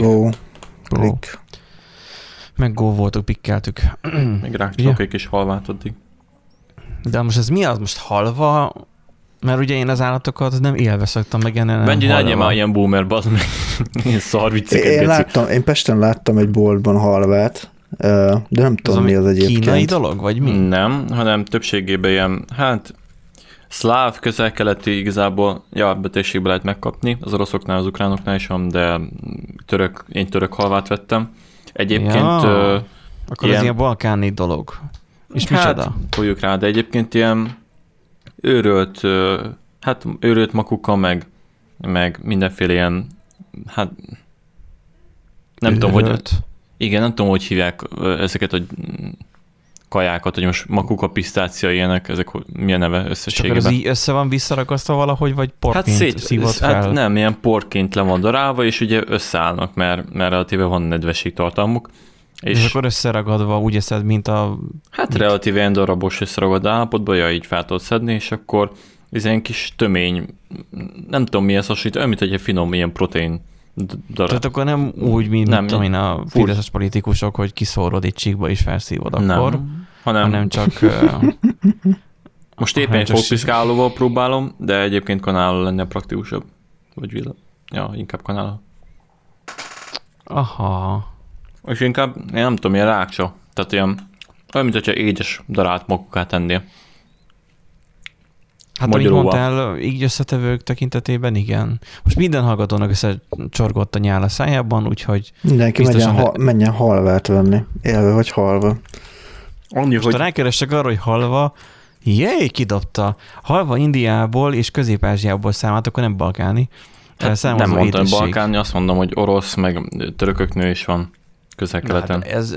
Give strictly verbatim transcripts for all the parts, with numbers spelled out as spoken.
Go. Go. Meg Go voltok, pikkeltük. Még rákcsok egy kis halvát addig. De most ez mi az? Most halva? Mert ugye én az állatokat nem élve szoktam meg ennél. Benji, ne legyen már ilyen boomer, bazd meg. Ilyen szar vicceket. Én, láttam, én Pesten láttam egy boltban halvát, de nem tudom, mi az egyébként. Kínai dolog, vagy mi? Nem, hanem többségében ilyen, hát szláv, közel-keleti igazából, ja, betegségbe lehet megkapni, az oroszoknál, az ukránoknál is van, de török, én török halvát vettem. Egyébként... Ja, uh, akkor ilyen, ez ilyen balkáni dolog. És hát, micsoda? Fogjuk rá, de egyébként ilyen őrölt, uh, hát őrölt makuka, meg, meg mindenféle ilyen, hát nem őrölt. tudom, hogy... Igen, nem tudom, hogy hívják ezeket a kajákat, hogy most makuka, pisztácia, ilyenek, ezek milyen neve összességében. Csak az így össze van visszarakasztva valahogy, vagy porként hát szét, szívott fel? Hát nem, ilyen porként le van darálva, és ugye összeállnak, mert, mert relatíve van nedvesség tartalmuk. És, és akkor összeragadva úgy eszed, mint a... Hát mit? Relatíve ilyen darabos összeragad állapotban, ja, így fel tudod szedni, és akkor ez ilyen kis tömény, nem tudom mihez hasonlít, olyan, mint egy finom ilyen protein darab. Tehát akkor nem úgy, mint nem, tudom én a fideszes politikusok, hogy kiszórod egy csíkba és felszívod akkor, nem, hanem, hanem csak... Most éppen egy fogpiszkálóval próbálom, de egyébként kanállal lenne praktikusabb. Vagy villa. Ja, inkább kanállal. Aha. És inkább, én nem tudom, ilyen rákcsa. Tehát ilyen, olyan, mint hogyha édes darált makukát tennél. Hát amit mondtál, így összetevők tekintetében, igen. Most minden hallgatónak összecsorgott a nyál a szájában, úgyhogy... Mindenki menjen, ha, menjen halvát venni. Élve vagy halva. Annyi, most hogy... rákerestek arra, hogy halva, jéj, kidobta. Halva Indiából és Közép-Ázsiából számolt, akkor nem balkáni. Hát nem mondtam balkáni, azt mondom, hogy orosz, meg törököknő is van közel-keleten. Hát ez...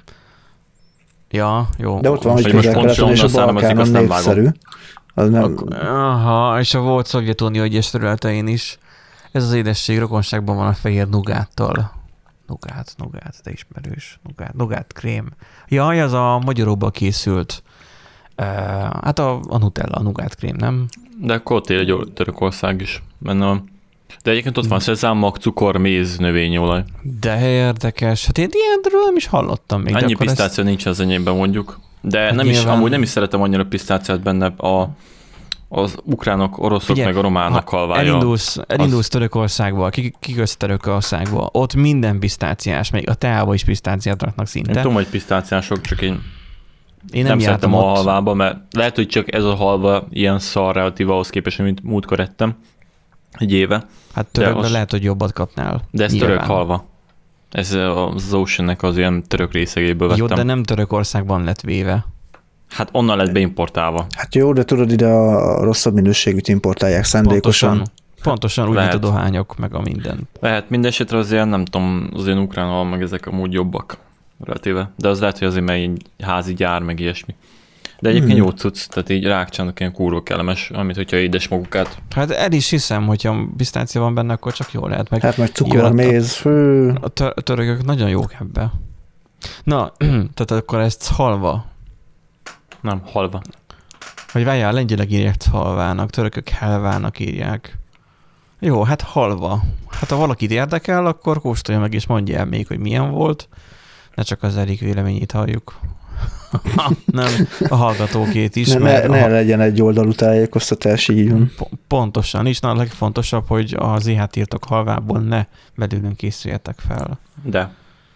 Ja, jó. De ott van, hogy közel-keleten és a Balkánon népszerű. Az nem... Aha, és a volt Szovjetunió egyes területein is. Ez az édesség rokonságban van a fehér nugáttal. Nugát, nugát, de ismerős. Nugát, nugát krém. Jaj, az a magyaróból készült. Uh, hát a, a Nutella, a nugát krém, nem? De akkor ott él egy Törökország is benne van. De egyébként ott van szezámmag, cukor, méz, növényolaj. De érdekes. Hát én ilyenről nem is hallottam még. Annyi pisztácia ezt... nincs az enyémben mondjuk. De hát nem nyilván... is, amúgy nem is szeretem annyira pisztáciát benne a, az ukránok, oroszok, ugye, meg a románok halvája. Elindulsz, elindulsz az... Törökországba, kikössz Törökországba, ott minden pisztáciás, még a teába is pisztáciát raknak szinte. Én tudom, hogy pisztáciások, csak én, én nem, nem szeretem ott. a halvába, mert lehet, hogy csak ez a halva ilyen szar relatív ahhoz képest, mint múltkor ettem egy éve. Hát törökben az... lehet, hogy jobbat kapnál. De ez nyilván. Török halva. Ez az Oceannek az ilyen török részegéből vettem. Jó, de nem Törökországban lett véve. Hát onnan lett beimportálva. Hát jó, de tudod, ide a rosszabb minőségűt importálják szándékosan. Pontosan, pontosan úgy, lehet. Mint a dohányok, meg a minden. Lehet, mindesetre azért nem tudom, az ilyen ukrán meg ezek amúgy jobbak relatíve. De az lehet, hogy azért mert így házi gyár, meg ilyesmi. De egyébként hmm. jó cucc, tehát így rákcsának ilyen kurva kellemes, amit hogyha édes magukát. Hát el is hiszem, hogyha pisztácia van benne, akkor csak jól lehet. Meg hát meg cukor, méz, fő. A, tör- a törökök nagyon jók ebbe. Na, tehát akkor ezt halva. Nem, halva. Vagy várjál, lengyelek írják halvának, törökök helvának írják. Jó, hát halva. Hát ha valakit érdekel, akkor kóstolja meg és mondja el még, hogy milyen volt. Ne csak az Erik véleményét halljuk. Nem, a hallgatókét is. Ne, mert ne a... legyen egy oldalú tájékoztatás, így van. Pontosan is, na a legfontosabb, hogy a zé há írtok halvából ne belőlünk készüljetek fel. De.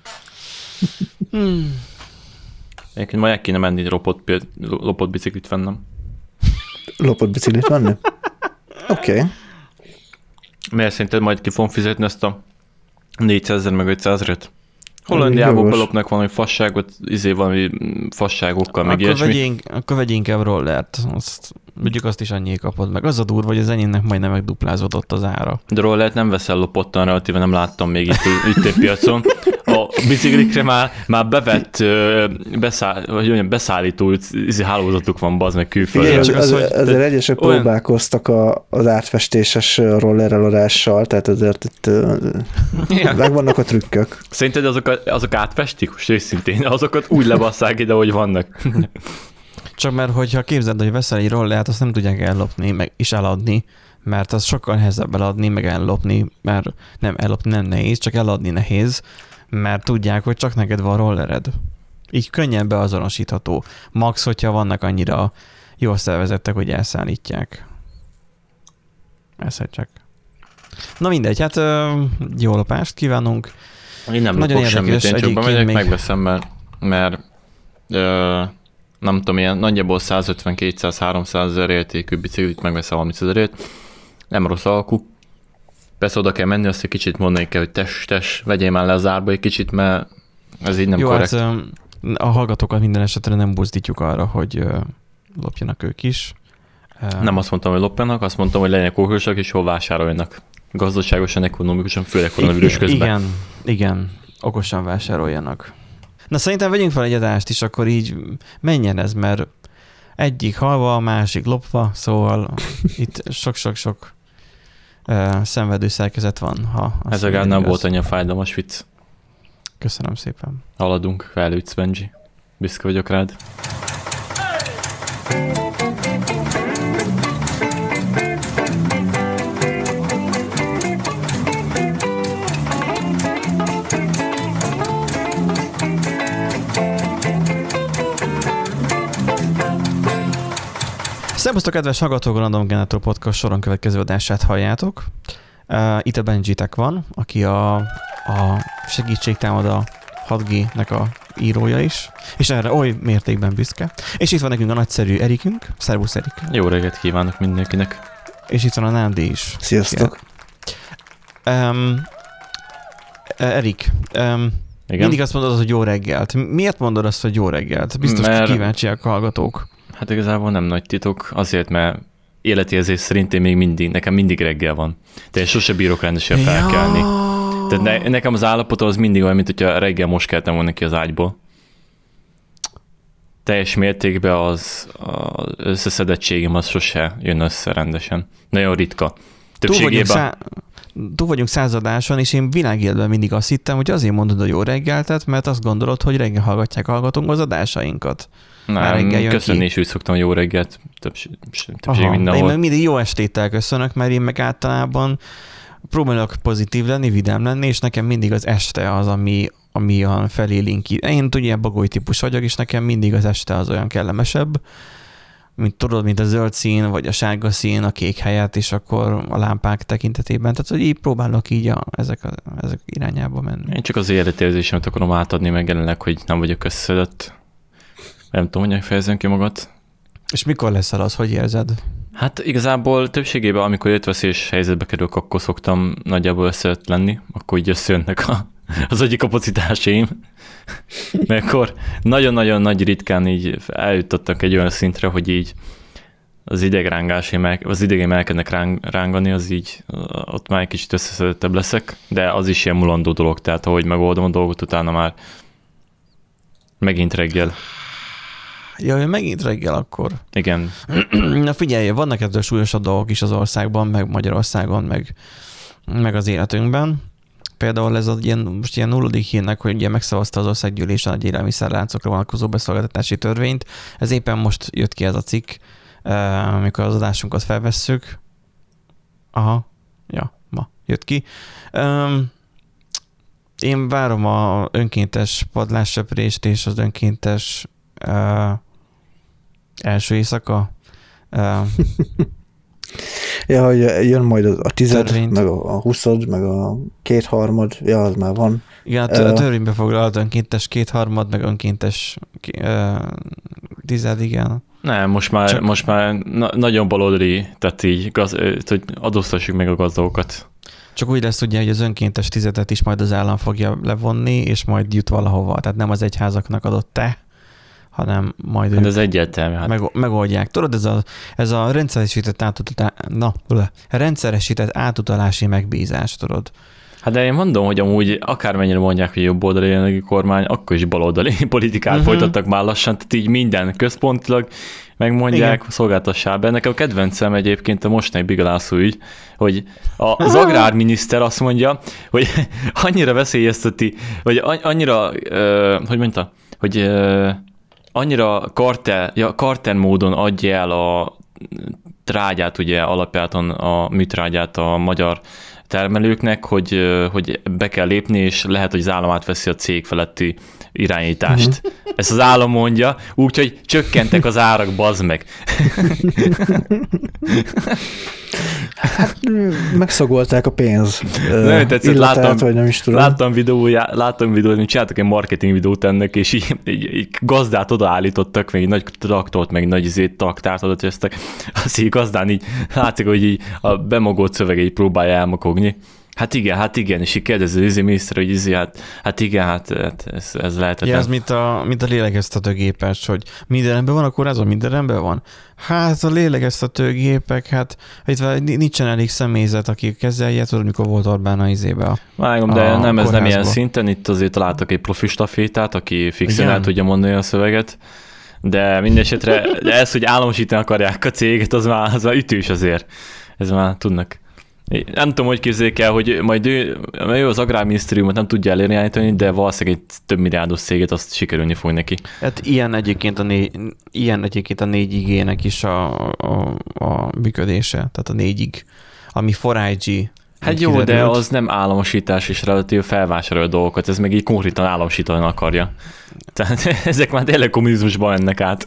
hmm. Egyébként majd el kéne menni lopott, lopott biciklit vennem. Lopott biciklit venni? Oké. Okay. Miért szerinted majd ki fogom fizetni ezt a négyszázezer meg ötszázezret? Hollandiából belopnak valami fasságot, izé valami fasságokkal, meg ilyesmi. Vegyénk, akkor vegyék inkább rollert. Azt, mondjuk azt is annyi kapod meg. Az a durva, hogy az enyémnek majdnem megduplázódott az ára. De rollert nem veszel lopottan, relatíve nem láttam még itt, itt egy piacon. A biciklikre már, már bevett beszáll, vagy mondjam, beszállító hálózatuk van, bazd meg külföldre. Igen, az, az, azért egyesek olyan... próbálkoztak a, az átfestéses roller eladással, tehát azért itt megvannak a trükkök. Szerinted azok, azok átfestik? Most őszintén, azokat úgy lebasszák ide, hogy vannak. Csak mert hogyha képzeld, hogy veszel egy rollert, azt nem tudják ellopni meg is eladni, mert az sokkal nehezebb eladni, meg ellopni, mert nem ellopni nem nehéz, csak eladni nehéz, mert tudják, hogy csak neked van rollered. Így könnyen beazonosítható. Max, hogyha vannak annyira jól szervezettek, hogy elszállítják. Ezt csak. Na mindegy, hát jó lopást kívánunk. Én nem lopok semmit, én csak bemegyek, még... megveszem, mert, mert ö, nem tudom, ilyen nagyjából százötven-kétszáz-háromszáz ezer értékű biciklit megveszem harminc ezerért. Nem rossz alkú. Persze oda kell menni, azt egy kicsit mondani kell, hogy tess, tess, vegyél már le az árba egy kicsit, mert ez így nem jó, korrekt. Hát, a hallgatókat minden esetre nem buzdítjuk arra, hogy lopjanak ők is. Nem azt mondtam, hogy lopjanak, azt mondtam, hogy legyenek okosak és hol vásároljanak. Gazdaságosan, ekonomikusan, főleg koronavírus közben. Igen, igen, okosan vásároljanak. Na szerintem vegyünk fel egy adást is, akkor így menjen ez, mert egyik halva, a másik lopva, szóval itt sok-sok-sok uh, szenvedő szerkezet van. Ha ez a nem volt annyi fájdalmas vicc. Köszönöm szépen. Haladunk, fejlődsz, Benji. Büszke vagyok rád. Szerbusztok, kedves hallgatók, a Random Generator Podcast soron következő adását halljátok. Uh, itt a Benjitek van, aki a, a segítségtámad a hat G-nek a írója is, és erre oly mértékben büszke. És itt van nekünk a nagyszerű Erikünk. Szervusz, Erik. Jó reggelt kívánok mindenkinek. És itt van a Nándi is. Sziasztok. Um, Erik, um, mindig azt mondod, hogy jó reggelt. Miért mondod azt, hogy jó reggelt? Biztos, Mert... hogy kíváncsiak a hallgatók. Hát igazából nem nagy titok, azért, mert életérzés szerint én még mindig, nekem mindig reggel van. De én sose bírok rendesen felkelni. Ja. Tehát ne, nekem az állapota az mindig olyan, mint hogyha reggel most keltem volna ki az ágyból. Teljes mértékben az, az összeszedettségem az sose jön össze rendesen. Nagyon ritka. Többségében... Túl vagyunk, szá... Túl vagyunk századáson, és én világéletben mindig azt hittem, hogy azért mondod a jó reggeltet, mert azt gondolod, hogy reggel hallgatják, hallgatunk az adásainkat. Nem, köszönni is úgy szoktam jó reggelt, többség, többség mindenhol. Én meg mindig jó estéttel köszönök, mert én meg általában próbálok pozitív lenni, vidám lenni, és nekem mindig az este az, ami, ami olyan felélénkít. Én ugye bagoly típus vagyok, és nekem mindig az este az olyan kellemesebb, mint tudod, mint a zöld szín, vagy a sárga szín, a kék helyett, és akkor a lámpák tekintetében. Tehát, hogy így próbálok így a, ezek, a, ezek irányába menni. Én csak az életérzésemet akarom átadni, meg jelenleg, hogy nem vagyok összeszedett. Nem tudom, hogy fejezem ki magad. És mikor leszel az, hogy érzed? Hát igazából többségében, amikor ötveszés helyzetbe kerülök, akkor szoktam nagyjából összejött lenni, akkor így összejönnek a, az agyi kapacitásaim. Mert akkor nagyon-nagyon nagy ritkán így eljutottak egy olyan szintre, hogy így az idegrángás, az idegem elkezdenek ráng, rángani, az így ott már egy kicsit összeszedettebb leszek, de az is ilyen mulandó dolog, tehát ahogy megoldom a dolgot, utána már megint reggel. Ja, megint reggel akkor. Igen. Na figyelj, vannak ettől súlyosabb dolgok is az országban, meg Magyarországon, meg, meg az életünkben. Például ez az ilyen, most ilyen nulladik hírnek, hogy ugye megszavazta az országgyűlésen egy élelmiszerláncokra vonatkozó beszolgáltatási törvényt. Ez éppen most jött ki ez a cikk, amikor az adásunkat felvesszük. Aha, ja, ma jött ki. Én várom a önkéntes padlássöprést és az önkéntes Uh, első éjszaka. Uh, ja, hogy jön majd a tized, törvényt. Meg a huszad, meg a kétharmad, ja, az már van. Igen, a uh, törvénybe foglalt önkéntes kétharmad, meg önkéntes uh, tized, igen. Nem, most már, Csak... most már na- nagyon baloldali, tehát így gaz, hogy adóztassuk meg a gazdagokat. Csak úgy lesz ugye, hogy az önkéntes tizedet is majd az állam fogja levonni, és majd jut valahova. Tehát nem az egyházaknak adott te, hanem majd hát ez egyértelmű. Hát. Meg, megoldják. Tudod, ez a, ez a rendszeresített, átutalá, na, rendszeresített átutalási megbízás, tudod. Hát de én mondom, hogy amúgy akármennyire mondják, hogy jobb oldali jelenlegi kormány, akkor is baloldali politikát uh-huh. folytattak már lassan, tehát így minden központilag megmondják, szolgáltassál be. Nekem a kedvencem egyébként a mostani Bigalászó ügy, hogy az agrárminiszter azt mondja, hogy annyira veszélyezteti, vagy annyira, uh, hogy mondta, hogy uh, annyira kartel, ja, kartel módon adja el a trágyát, ugye alapjáton a műtrágyát a magyar termelőknek, hogy, hogy be kell lépni, és lehet, hogy az állam átveszi a cég feletti irányítást. Uh-huh. Ezt az állam mondja, úgyhogy csökkentek az árak, bazd meg. Hát megszagolták a pénz nem, tetszett, láttam, vagy nem is tudom. Láttam videóját, láttam videót, hogy csináltak egy marketing videót ennek, és így, így, így gazdát odaállítottak, meg egy nagy traktort, meg egy nagy izét, traktárt oda tesztek. Az így gazdán így látszik, hogy így a bemagott szövege így próbálja elmakogni. Hát igen, hát igen, és így kérdező izé miniszter, hogy izé, hát, hát igen, hát, hát ez, ez lehetetlen. Ja, ez mint a, mint a lélegeztetőgépes, hogy minden rendben van, akkor ez a minden rendben van. Hát a lélegeztetőgépek, hát itt nincsen elég személyzet, aki kezelje, tudod, mikor volt Orbán a izébe a Vágom, de nem, kórházba. Ez nem ilyen szinten, itt azért találtak egy profi stafétát, aki fixen el tudja mondani a szöveget, de mindesetre ez, hogy államosítani akarják a céget, az már, az már ütős azért. Ez már tudnak. Nem tudom, hogy képzeljék el, hogy majd ő, ő az agrárminisztériumot nem tudja elirányítani, de valószínűleg egy több milliárdos céget azt sikerülni fog neki. Hát ilyen egyébként a, né, ilyen egyébként a négy igének is a, a, a működése, tehát a négyig, ami négy G. Hát jó, de az nem államosítás és relatív felvásároló dolgokat, ez meg így konkrétan államosítani akarja. Tehát ezek már tényleg kommunizmusban mennek át.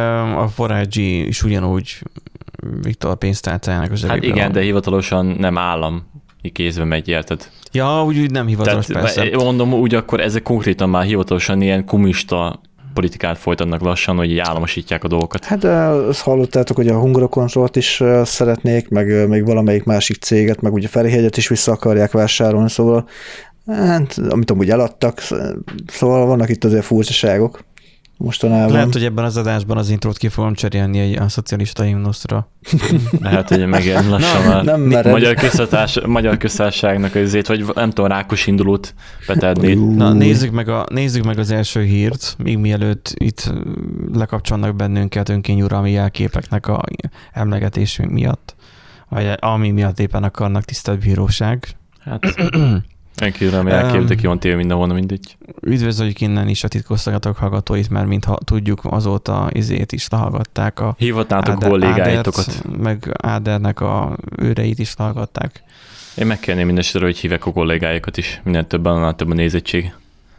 A négy G is ugyanúgy Viktor pénztárcájának az Hát igen, van. De hivatalosan nem állam kézbe megy, érted? Ja, úgy, úgy nem hivatalos, Tehát, persze. Mondom, úgy akkor ezek konkrétan már hivatalosan ilyen kommunista politikát folytatnak lassan, hogy így államosítják a dolgokat. Hát azt hallottátok, hogy a Hungarokontrollt is szeretnék, meg még valamelyik másik céget, meg ugye Ferihegyet is vissza akarják vásárolni, szóval hát, amit amúgy eladtak, szóval vannak itt azért furcsaságok mostanában. Lehet, hogy ebben az adásban az intrót ki fogom cserélni a szocialista himnuszra. Lehet, hogy megjelent lassan már. Nem magyar, köztársaság, magyar köztársaságnak azért, vagy nem tudom, rákos indulót betenni. Na, nézzük meg, a, nézzük meg az első hírt, még mielőtt itt lekapcsolnak bennünket önkényuralmi jelképeknek a emlegetés miatt, vagy ami miatt éppen akarnak tisztelt bíróság. Hát... Önkényuralmi jelkép, de ki van téve mindenhol, mindegy. Üdvözöljük innen is a titkosszolgálatok hallgatóit, mert mint ha tudjuk, azóta izét is lehallgatták. A Hivatnátok kollégáitokat. Meg Ádernek a őreit is lehallgatták. Én megkérném mindesetre, hogy hívek a kollégáikat is, minden többen, annál több a nézettség.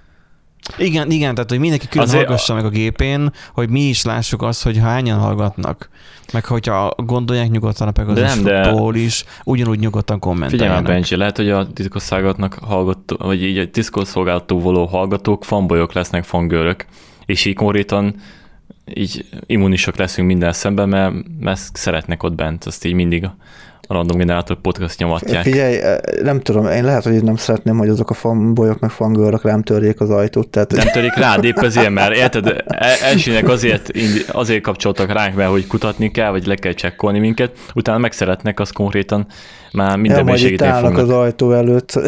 Igen, igen, tehát hogy mindenki külön Azért hallgassa a... meg a gépén, hogy mi is lássuk azt, hogy hányan hallgatnak. Meg hogyha gondolják nyugodtan a Pegazustól de... is, ugyanúgy nyugodtan kommenteljenek. Figyelj már, Benji, lehet, hogy a titkosszolgálatnak hallgató, vagy így a titkosszolgálattól való hallgatók fanbolyok lesznek, fangőrök, és így konkrétan így immunisok leszünk minden szemben, mert, mert szeretnek ott bent, azt így mindig a a Random Generator podcast nyomatják. Figyelj, nem tudom, én lehet, hogy nem szeretném, hogy azok a fanbolyok meg fangőrök rám törjék az ajtót. Tehát... Nem törik rád, épp ezért, mert érted, elsőnek azért, azért kapcsoltak ránk, mert hogy kutatni kell, vagy le kell csekkolni minket, utána megszeretnek, az konkrétan már minden ja, segíteni fognak. Ja, majd itt az ajtó előtt.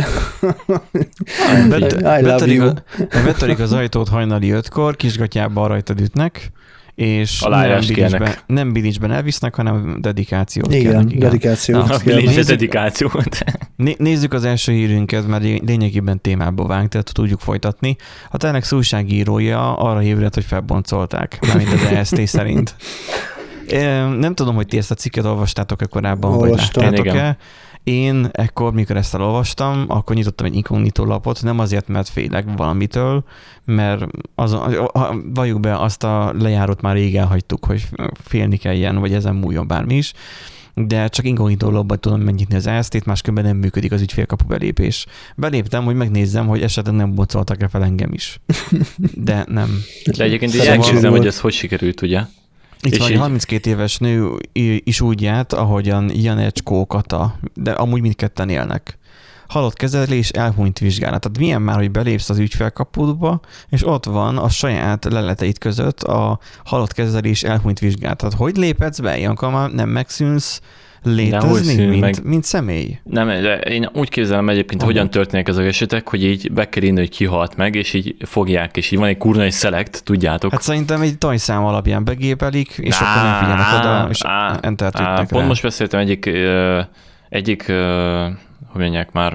I love you. Betörik az ajtót hajnali ötkor, kisgatyába rajtad ütnek, és nem bilicsben, nem bilicsben elvisznek, hanem dedikációt igen, kérnek. Igen, dedikációt Na, kérnek. Nézzük, dedikációt. Nézzük az első hírünket, mert lényegében témába vágunk, tehát tudjuk folytatni. A Telex újságírója arra ébredt, hogy felboncolták, mármint az E S T szerint. Nem tudom, hogy ti ezt a cikket olvastátok-e korábban, Olvastam. vagy láttátok-e. Én ekkor, mikor ezt elolvastam, akkor nyitottam egy inkognitó lapot, nem azért, mert félek valamitől, mert az, valljuk be, azt a lejárót már rég elhagytuk, hogy félni kelljen, vagy ezen múljon bármi is, de csak inkognitó lapban tudom megnyitni az E S T-t, máskülönben nem működik az ügyfélkapu belépés. Beléptem, hogy megnézzem, hogy esetleg nem boncoltak-e fel engem is. De nem. De egyébként így elképzelem, hogy ez hogy sikerült, ugye? Itt van egy harminckét éves nő is úgy járt, ahogyan Janecskó Kata, de amúgy mindketten élnek. Halott kezelés, elhunyt vizsgálat. Tehát milyen már, hogy belépsz az ügyfélkapudba, és ott van a saját leleteit között a halott kezelés, elhunyt vizsgálat. Tehát hogy léphetsz be? Ilyenkor már nem megszűnsz létezni, mint, meg... mint személy? Nem, de én úgy képzelem egyébként, Aha. hogyan történnek ezek esetek, hogy így be kell írni, hogy ki halt meg, és így fogják, és így van egy kurna egy select, tudjátok. Hát szerintem egy tajszám alapján begépelik, és á, akkor nem figyelnek oda, és entert ütnek Pont rá. Most beszéltem egyik, egyik, hogy mondják már,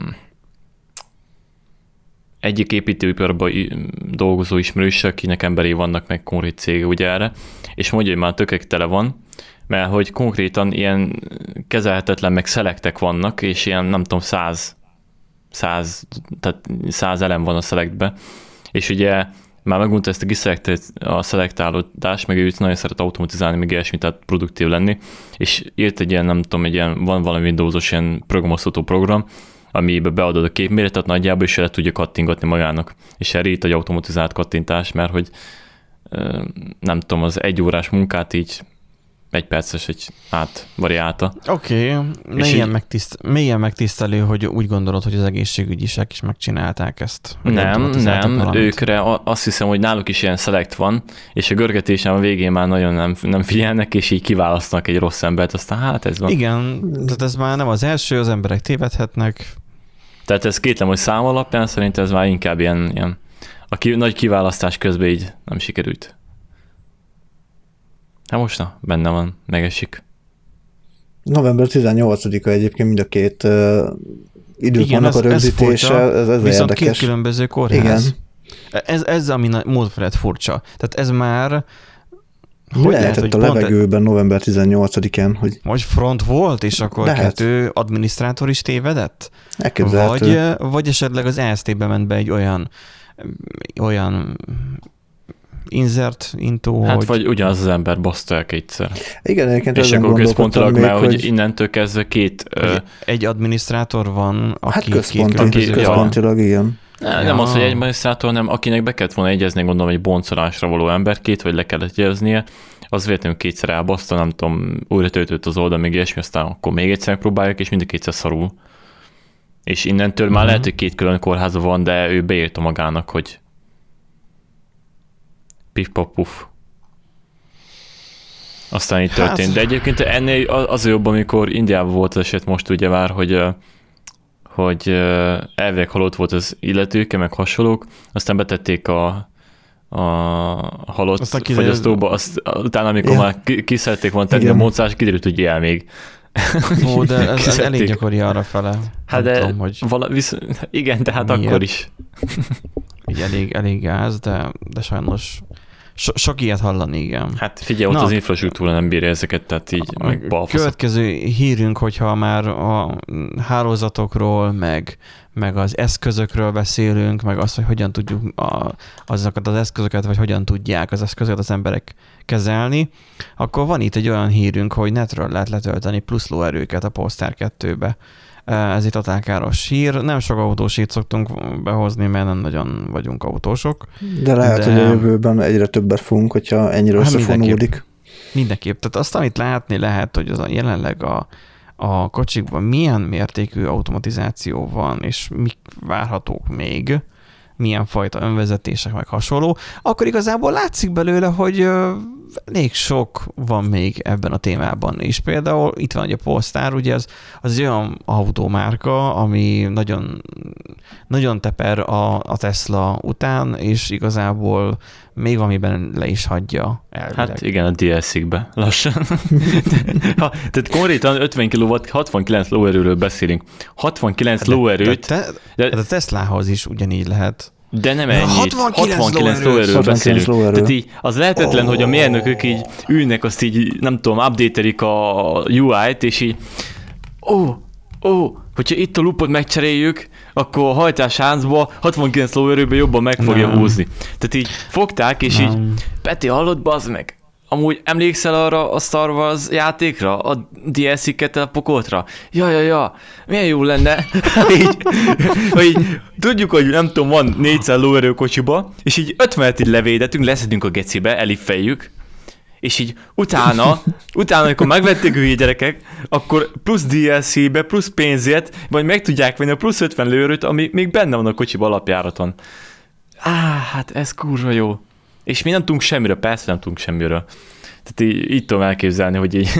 egyik építőiparban dolgozó ismerős, akinek emberi vannak, meg konkrét cége ugye erre, és mondja, hogy már tökek tele van, mert hogy konkrétan ilyen kezelhetetlen meg szelektek vannak, és ilyen nem tudom, száz, száz, tehát száz elem van a szelektbe, és ugye már megmondta ezt a kiszelektét, a szelektálódást, meg ő nagyon szeret automatizálni, meg ilyesmi, tehát produktív lenni, és írt egy ilyen, nem tudom, egy ilyen, van valami Windowsos ilyen programozható program, amiben beadod a képméretet nagyjából, és le tudja kattingatni magának. És erre itt egy automatizált kattintás, mert hogy nem tudom, az egy órás munkát így egy perces egy átvariálta. Oké, okay. mélyen, megtiszt, mélyen megtisztelő, hogy úgy gondolod, hogy az egészségügyisek is megcsinálták ezt. Nem, nem, valamit. Őkre azt hiszem, hogy náluk is ilyen select van, és a görgetésen a végén már nagyon nem, nem figyelnek, és így kiválasztanak egy rossz embert, aztán hát ez van. Igen, tehát ez már nem az első, az emberek tévedhetnek. Tehát ez kétlem, hogy szám alapján szerintem ez már inkább ilyen, ilyen a ki, nagy kiválasztás közben így nem sikerült. Hát most na, benne van, megesik. november tizennyolcadika egyébként mind a két uh, időpontnak a rögzítése, ez, ez, ez viszont érdekes. Két különböző kórház. Igen. Ez, ez ami múlt felett furcsa. Tehát ez már... Mi hogy lehetett lehet, a levegőben pont... november tizennyolcadikán? Hogy... Hogy front volt, és akkor lehet. Kettő adminisztrátor is tévedett? Elképzelhető. Vagy, vagy esetleg az E S T-be ment be egy olyan olyan insert into, hát hogy... vagy ugyanaz az ember baszta el kétszer. Igen, egyébként és akkor központilag, mert hogy... hogy innentől kezdve két... Egy, egy adminisztrátor van, aki... Hát központi, két, aki, központilag, ja. igen. Ne, ja. Nem az, hogy egy adminisztrátor, nem, akinek be kellett volna egyezni, gondolom, egy boncolásra való ember, két vagy le kellett jegyeznie, az véletlenül kétszer elbaszta, nem tudom, újra töltött az oldal, még ilyesmi, aztán akkor még egyszer próbáljuk, és mind kétszer szarul. És innentől uh-huh. már lehet, hogy két külön kórháza van, de ő beírta magának, hogy pif-paf-puf. Aztán így történt. Hát... De egyébként ennél az jobb, amikor Indiában volt az eset most ugye már, hogy, hogy elvileg halott volt az illetőke, meg hasonlók, aztán betették a, a halott aztán fogyasztóba, azt, utána amikor ja. már kiszerették volna tenni igen. a mozgást, kiderült, hogy él még. Ó, de ez, ez elég gyakori arrafele. Hát de tudom, hogy vala, visz, igen, de hát miért? Akkor is. Így elég, elég gáz, de, de sajnos so, sok ilyet hallani, igen. Hát figyelj, ott Na, az infrastruktúra nem bírja ezeket, tehát így a meg balfaszok. Következő hírünk, hogyha már a hálózatokról, meg, meg az eszközökről beszélünk, meg azt, hogy hogyan tudjuk a, azokat az eszközöket, vagy hogyan tudják az eszközöket az emberek kezelni, akkor van itt egy olyan hírünk, hogy netről lehet letölteni plusz lóerőket a Polestar kettőbe. Ez egy totál káros hír. Nem sok autósít szoktunk behozni, mert nem nagyon vagyunk autósok. De lehet, de... hogy a jövőben egyre többet fogunk, hogyha ennyire hát összefonódik. Mindenképp. mindenképp. Tehát azt, amit látni lehet, hogy az a jelenleg a, a kocsikban milyen mértékű automatizáció van, és mik várhatók még, milyen fajta önvezetések, meg hasonló, akkor igazából látszik belőle, hogy elég sok van még ebben a témában is. Például itt van ugye a Polestar, ugye az, az egy olyan autómárka, ami nagyon, nagyon teper a, a Tesla után, és igazából még valamiben le is hagyja elvileg. Hát igen, a dé el cé-kbe lassan. ha, tehát konkrétan ötven kilowatt, hatvankilenc lóerőről beszélünk. hatvankilenc de, lóerőt. De, de, de a Teslához is ugyanígy lehet. De nem ennyit. hatvankilenc lóerőről beszélünk. Lóerő. Tehát így az lehetetlen, oh. hogy a mérnökök így ülnek, azt így, nem tudom, update-elik a u í-t, és így ó, oh, ó, oh, hogyha itt a lupot megcseréljük, akkor a hajtásháncba hatvankilenc lóerőben jobban meg fogja nem. húzni. Tehát így fogták, és nem. így Peti, hallod, bazd meg? Amúgy emlékszel arra a Star Wars játékra? A dé el cé-ket a pokoltra? Ja, ja, ja, milyen jó lenne. így, így, tudjuk, hogy nem tudom, van négyszáz lóerő kocsiba, és így ötvenet így levédetünk, leszedünk a gecibe, eliffeljük, és így utána, utána, amikor megvették ők gyerekek, akkor plusz dé el cé-be, plusz pénzért, majd meg tudják venni a plusz ötven lőerőt, ami még benne van a kocsiba alapjáraton. Á, hát ez kurva jó. És mi nem tudunk semmiről, persze nem tudunk semmiről. Tehát így, így tudom elképzelni, hogy így...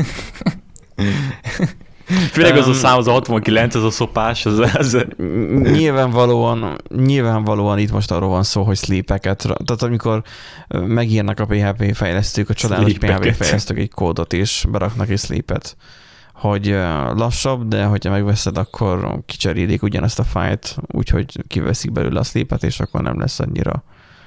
Főleg az a szám, az a hatvankilenc, az a szopás, az... az... Nyilvánvalóan, nyilvánvalóan itt most arról van szó, hogy sleepeket, tehát amikor megírnak a pé há pé fejlesztők, a csodálatos pé há pé fejlesztők egy kódot, és beraknak egy sleepet, hogy lassabb, de hogyha megveszed, akkor kicserélik ugyanezt a fájlt, úgyhogy kiveszik belőle a sleepet, és akkor nem lesz annyira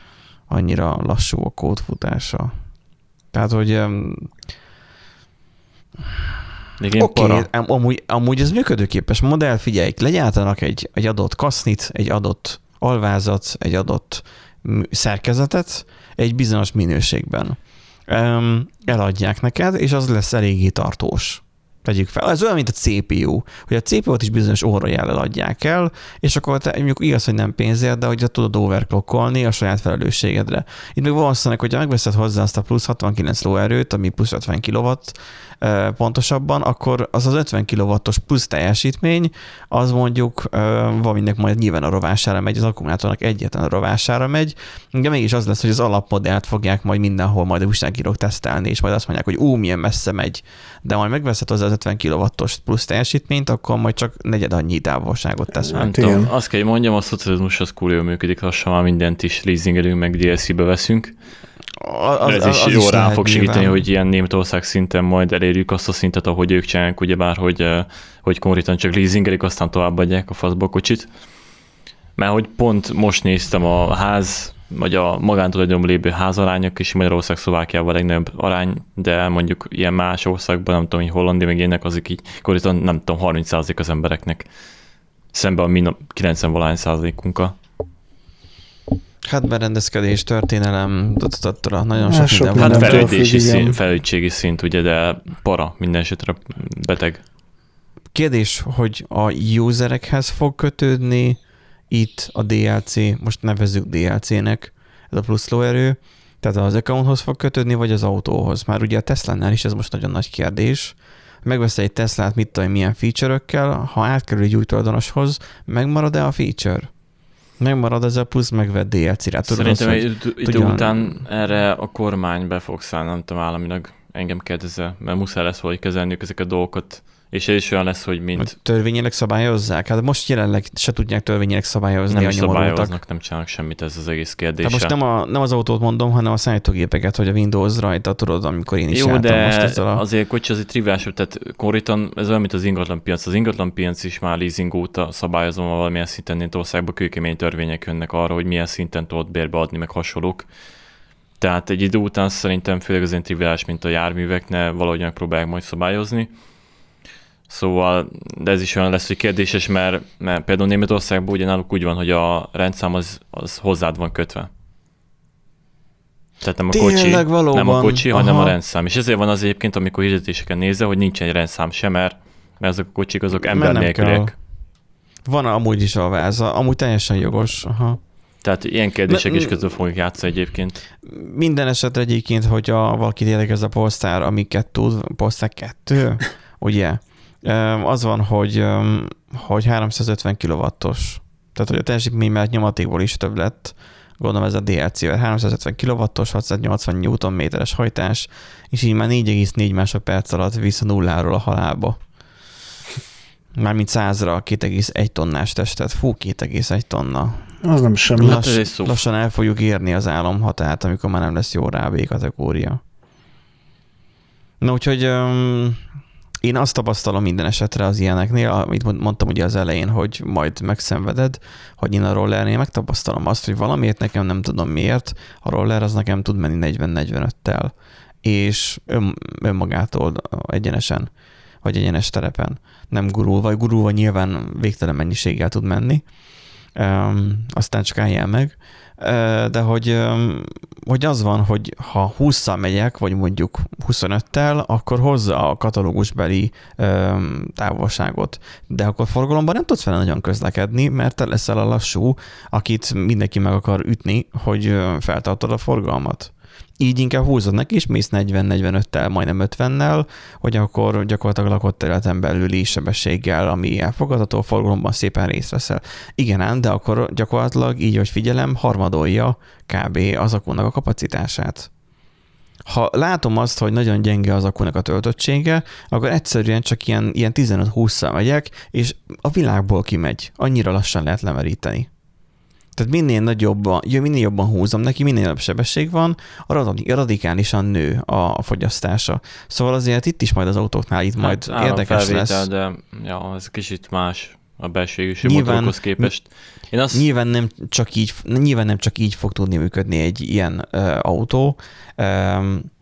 annyira lassú a kódfutása. Tehát, hogy Oké, okay, amúgy, amúgy ez működőképes modell, figyelj, legyártanak egy, egy adott kasznit, egy adott alvázat, egy adott szerkezetet egy bizonyos minőségben. Um, eladják neked, és az lesz eléggé tartós. Tegyük fel. Ez olyan, mint a cé pé u, hogy a cé pé u-t is bizonyos órajellel adják el, és akkor te, mondjuk igaz, hogy nem pénzért, de hogy tudod overclockolni a saját felelősségedre. Itt még valószínűleg, hogyha megveszed hozzá azt a plusz hatvankilenc lóerőt, ami plusz ötven kilowatt pontosabban, akkor az az ötven kilowattos plusz teljesítmény, az mondjuk valaminek majd nyilván a rovására megy, az akkumulátornak egyetlen a rovására megy, de mégis az lesz, hogy az alapmodellt fogják majd mindenhol majd a újságírók tesztelni, és majd azt mondják, hogy ú, milyen messze megy, de majd megveszed hozzá az ötven kilowattos plusz teljesítményt, akkor majd csak negyed annyi távolságot tesz meg. Nem tudom, azt kell, hogy mondjam, a szocializmus az kurva működik, lassan már mindent is leasingelünk, meg dé el cé-be veszünk. Az, Ez az, is az jól rá fog segíteni, nyilván. Hogy ilyen Németország szinten majd elérjük azt a szintet, ahogy ők csinálják, ugyebár, hogy, hogy konkrétan csak leasingelik, aztán továbbadják a faszba a kocsit. Mert hogy pont most néztem a ház, vagy a magántulajdonban lévő házarányok, és Magyarország, Szlovákiában a legnagyobb arány, de mondjuk ilyen más országban, nem tudom, hogy Hollandia, meg ilyenek, azok így konkrétan nem tudom, harminc százalék az embereknek. Szemben a mi kilencven-valahány százalékunkkal. Hát berendezkedés, történelem, nagyon sok minden van. Hát fejlődési szint, fejlődtségi szint, ugye, de para, minden esetre beteg. Kérdés, hogy a userekhez fog kötődni itt a dé el cé, most nevezzük dé el cé-nek, ez a plusz lóerő, tehát az accounthoz fog kötődni, vagy az autóhoz. Már ugye a Teslánál is ez most nagyon nagy kérdés. Megveszel egy Teslát, mit tudom, milyen feature-ökkel, ha átkerül egy új tulajdonoshoz, megmarad-e a feature? Megmarad ez a plusz, megvett dé el cé-re. Szerintem egy idő után erre a kormány be fog szállni, nem tudom, államilag engem kérdezze, mert muszáj lesz valahogy kezelniük ezeket a dolgokat, és ez is olyan lesz, hogy mint... Törvényileg szabályozzák? Hát most jelenleg se tudják törvényileg szabályozni nem a nyomorultak. Nem szabályoznak, nem csinálnak semmit, ez az egész kérdése. Hát most nem, a, nem az autót mondom, hanem a számítógépeket, hogy a Windows rajta, tudod, amikor én is Jó, jártam de most ezzel a... azért kocsi azért triviálisabb, tehát konkrétan ez olyan, mint az ingatlanpiac. Az ingatlanpiac is már leasing óta szabályozom valamilyen szinten, Németországban kőkemény törvények jönnek arra, hogy milyen szinten tudod bérbe adni, meg hasonlók. Tehát egy idő után szerintem főleg az ilyen triviális, mint a járművek, ne valahogy megpróbálják majd szabályozni. Szóval, de ez is olyan lesz, hogy kérdéses, mert, mert például Németországban ugye náluk úgy van, hogy a rendszám az, az hozzád van kötve. Tehát nem a kocsi, nem a kocsi hanem a rendszám. És ezért van az egyébként, amikor hirdetéseken nézze, hogy nincsen egy rendszám sem, mert, mert azok a kocsik azok ember nélküliek. Van amúgy is a váza, amúgy teljesen jogos. Aha. Tehát ilyen kérdések is közül fogjuk játszani egyébként. Minden esetre egyébként, hogy a, valakit érdekel ez a Polestar, amiket tud, Polestar kettő, ugye? Az van, hogy, hogy háromszázötven kilowattos. Tehát, hogy a teljesítmény mellett nyomatékból is több lett. Gondolom ez a dé el cé-vel. háromszázötven kilowattos, hatszáznyolcvan newtonméteres hajtás, és így már négy egész négy másodperc alatt vissza nulláról a halálba. Mármint százra két egész egy tonnás testet. Fú, két egész egy tonna. Az nem semmi. Lass, hát lassan el fogjuk érni az álomhatárt, amikor már nem lesz jó rá a B-kategória. Na, úgyhogy um, én azt tapasztalom minden esetre az ilyeneknél, amit mondtam ugye az elején, hogy majd megszenveded, hogy én a rollernél megtapasztalom azt, hogy valamiért nekem nem tudom miért, a roller az nekem tud menni negyven-negyvenöttel, és ön, önmagától egyenesen, vagy egyenes terepen, nem gurul, vagy gurulva nyilván végtelen mennyiséggel tud menni, um, aztán csak álljál meg, de hogy, hogy az van, hogy ha hússzal megyek, vagy mondjuk huszonöttel, akkor hozza a katalógusbeli távolságot. De akkor forgalomban nem tudsz vele nagyon közlekedni, mert te leszel a lassú, akit mindenki meg akar ütni, hogy feltartod a forgalmat. Így inkább húzod neki, és mész negyven-negyvenöttel, majdnem ötvennel, hogy akkor gyakorlatilag lakott területen belüli sebességgel, ami elfogadható, forgalomban szépen részt veszel. Igen ám, de akkor gyakorlatilag így, hogy figyelem, harmadolja kb. Az akkunak a kapacitását. Ha látom azt, hogy nagyon gyenge az akkunak a töltöttsége, akkor egyszerűen csak ilyen, ilyen tizenöt-hússzal megyek, és a világból kimegy. Annyira lassan lehet lemeríteni. Tehát minél nagyobban, ja, minél jobban húzom neki, minél nagyobb sebesség van, a radikálisan nő a fogyasztása. Szóval azért itt is majd az autóknál itt majd hát, érdekes lesz. De ja, ez kicsit más a belső égésű motorokhoz képest. Én azt... nyilván, nem csak így, nyilván nem csak így fog tudni működni egy ilyen uh, autó. Um,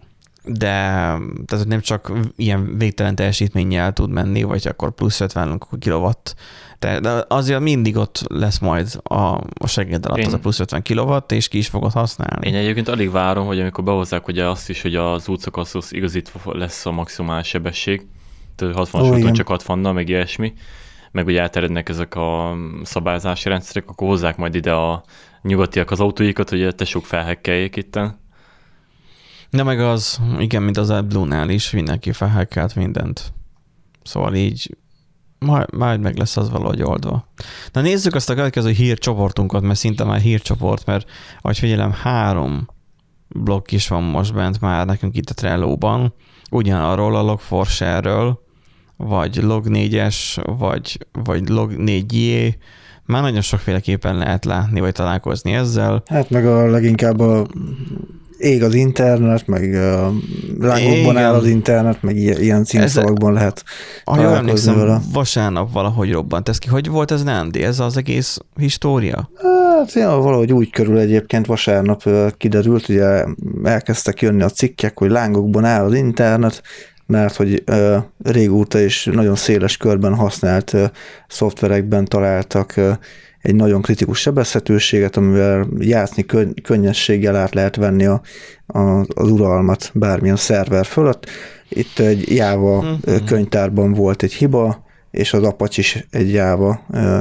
de tehát nem csak ilyen végtelen teljesítménnyel tud menni, vagy akkor plusz ötven kilowatt, de, de azért mindig ott lesz majd a, a segged alatt én, az a plusz ötven kilowatt, és ki is fogod használni. Én egyébként alig várom, hogy amikor behozzák ugye azt is, hogy az útszakaszhoz igazítva lesz a maximális sebesség, tehát hatvanas úton csak hatvannal, meg ilyesmi, meg ugye elterjednek ezek a szabályozási rendszerek, akkor hozzák majd ide a nyugatiak az autóikat, hogy tesók felhekkeljék itten. Na meg az, igen, mint az AdBlue-nál is, mindenki felhekkelt mindent. Szóval így majd, majd meg lesz az valahogy oldva. Na nézzük azt a következő hírcsoportunkat, mert szinte már hírcsoport, mert ahogy figyelem, három blokk is van most bent már nekünk itt a Trello-ban, ugyanarról a log four share-ről, vagy log négyes, vagy, vagy log négy jé, már nagyon sokféleképpen lehet látni, vagy találkozni ezzel. Hát meg a leginkább a ég az internet, meg uh, lángokban áll az internet, meg ilyen, ilyen címszavakban lehet találkozni vele. Vasárnap valahogy robbant ez ki. Hogy volt ez, Nándi? Ez az egész história? Hát ja, valahogy úgy körül egyébként vasárnap uh, kiderült, ugye elkezdtek jönni a cikkek, hogy lángokban áll az internet, mert hogy uh, régóta is nagyon széles körben használt uh, szoftverekben találtak uh, egy nagyon kritikus sebezhetőséget, amivel játszani könny- könnyességgel át lehet venni a, a, az uralmat bármilyen szerver fölött. Itt egy Java mm-hmm. könyvtárban volt egy hiba, és az Apache is egy Java uh,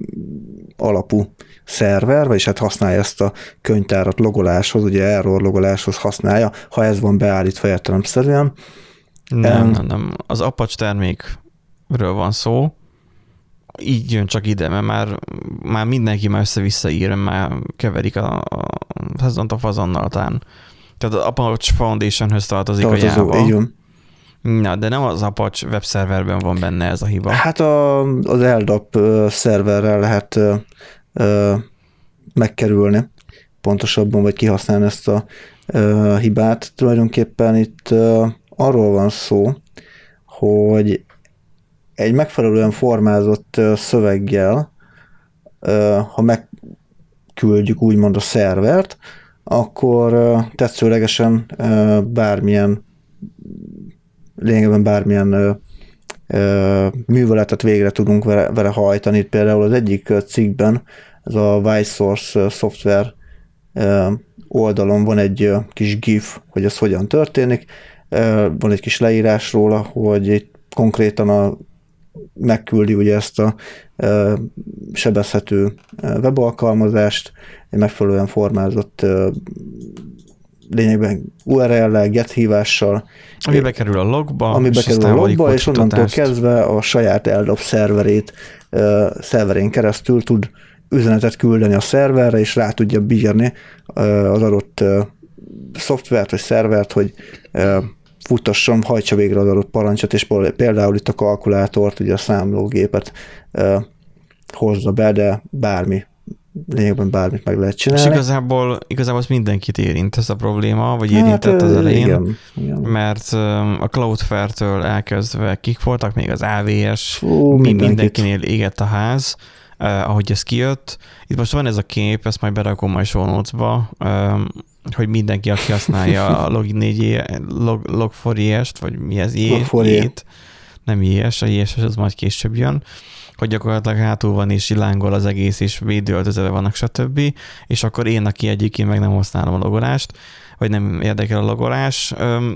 alapú szerver, vagyis hát használja ezt a könyvtárat logoláshoz, ugye error logoláshoz használja, ha ez van beállítva értelemszerűen. Nem, um, nem, nem. Az Apache termékről van szó, így jön csak ide, mert már, már mindenki már össze-vissza ír, már keverik a, a fazont a fazonnal talán. Tehát az Apache Foundation-höz tartozik Tartozó, a Java. Így van. Na, de nem az Apache webszerverben van benne ez a hiba. Hát a, az el dap szerverrel lehet ö, ö, megkerülni pontosabban, vagy kihasználni ezt a ö, hibát. Tulajdonképpen itt ö, arról van szó, hogy egy megfelelően formázott szöveggel, ha megküldjük úgymond a szervert, akkor tetszőlegesen bármilyen, lényegében bármilyen műveletet végre tudunk vele, vele hajtani. Itt például az egyik cikkben, ez a Y-Source Software oldalon van egy kis gif, hogy ez hogyan történik. Van egy kis leírás róla, hogy itt konkrétan a megküldi ugye ezt a e, sebezhető webalkalmazást, egy megfelelően formázott e, lényegben u er el-lel, get hívással. Ami bekerül a logba. Ami bekerül a logba, és onnantól kezdve a saját el dap szerverét, e, szerverén keresztül tud üzenetet küldeni a szerverre, és rá tudja bírni e, az adott e, szoftvert vagy szervert, hogy e, futasson, hajtsa végre az adott parancsot, és például itt a kalkulátort, ugye a számlógépet uh, hozza be, de bármi, lényegben bármit meg lehet csinálni. És igazából, igazából az mindenkit érint ez a probléma, vagy érintett hát, az elején, igen, igen. Mert a Cloudflare-től elkezdve kik voltak, még az á vé es, Fú, mindenkinél égett a ház, uh, ahogy ez kijött. Itt most van ez a kép, ezt majd berakom majd show notes-ba, um, hogy mindenki, aki használja a log négy log, log four jé est, vagy mi ez, jét, nem jé es, a jé es az majd később jön, hogy gyakorlatilag hátul van és lángol az egész, és védőöltözve vannak, stb. És akkor én, aki egyébként meg nem használom a logolást, vagy nem érdekel a logolás. Öm,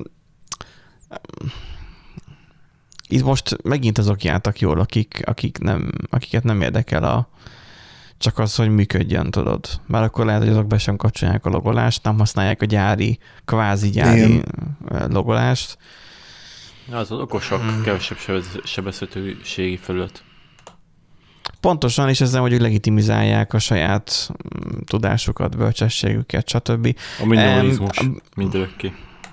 itt most megint azok jártak jól, akik, akik nem, akiket nem érdekel a csak az, hogy működjön, tudod. Mert akkor lehet, hogy azok be sem kapcsolják a logolást, nem használják a gyári, kvázi gyári Igen. logolást. Az az okosak, hmm. kevesebb sebezhetőségi felület. Pontosan, és ezzel mondjuk legitimizálják a saját tudásukat, bölcsességüket, stb. A minimalizmus um, mindörökké.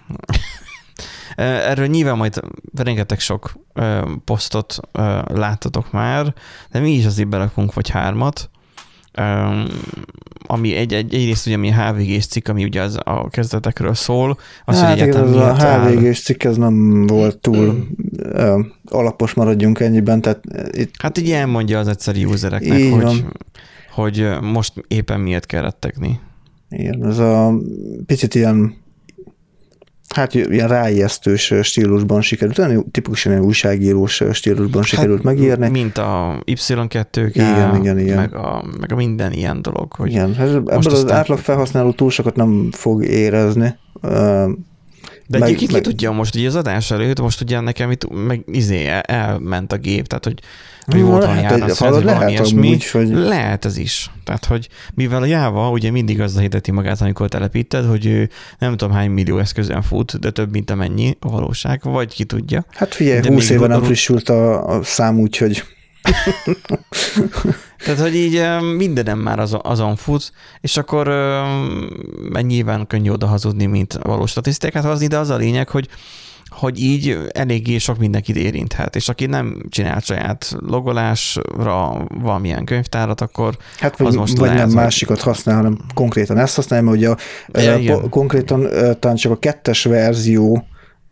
Erről nyilván majd rengeteg sok posztot láttatok már, de mi is azért berakunk vagy hármat, ami egy, egy, egyrészt ugye mi a há vé gés cikk, ami ugye az a kezdetekről szól. Az, hát hogy igaz, a há vé gés cikk ez nem volt túl hmm. alapos, maradjunk ennyiben. Tehát itt... Hát így elmondja az egyszerű usereknek, hogy, hogy most éppen miért kell rettegni. Igen, ez a picit ilyen Hát ilyen ráijesztős stílusban sikerült, olyan tipikusan ilyen újságírós stílusban sikerült hát, megírni. Mint a Y kettő K, igen, igen, igen. Meg, a, meg a minden ilyen dolog. Hogy igen, ebből az aztán... átlag felhasználó túl sokat nem fog érezni. De meg, egyébként meg... ki tudja most, ugye az adás előtt, most ugye nekem itt meg izé elment a gép, tehát hogy hogy no, volt lehet, valami lehet, lehet, ilyesmi, amúgy, hogy... lehet ez is. Tehát, hogy mivel a Java ugye mindig azzal hirdeti magát, amikor telepíted, hogy ő nem tudom hány millió eszközön fut, de több, mint amennyi a valóság, vagy ki tudja. Hát figyelj, de húsz éve gondolom... nem frissült a, a szám, úgyhogy... Tehát, hogy így mindenem már azon, azon fut, és akkor nyilván könnyű oda hazudni, mint a valós statisztikát hozni, de az a lényeg, hogy hogy így eléggé sok mindenkit érinthet, és aki nem csinál saját logolásra valamilyen könyvtárat, akkor hát vagy, az most vagy lehet, nem másikat használ, hanem konkrétan ezt használja, mert ugye a, ja, po, konkrétan talán csak a kettes verzió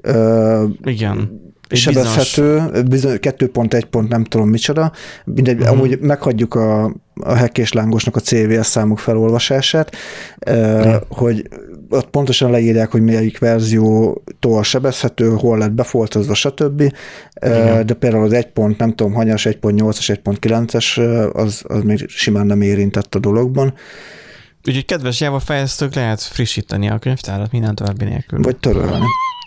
igen. sebezhető, bizony, kettő pont egy pont nem tudom micsoda, mindegy, uh-huh. amúgy meghagyjuk a, a Hack Lángosnak a cé vé es számok felolvasását, uh-huh. hogy ott pontosan leírják, hogy melyik verziótól sebezhető, hol lett befoltozva, stb. Igen. De például az egy pont, nem tudom, hanyas, egy pont nyolcas, egy pont kilences, az, az még simán nem érintett a dologban. Úgyhogy kedves Java fejlesztők, lehet frissíteni a könyvtárat minden további nélkül. Vagy törölni.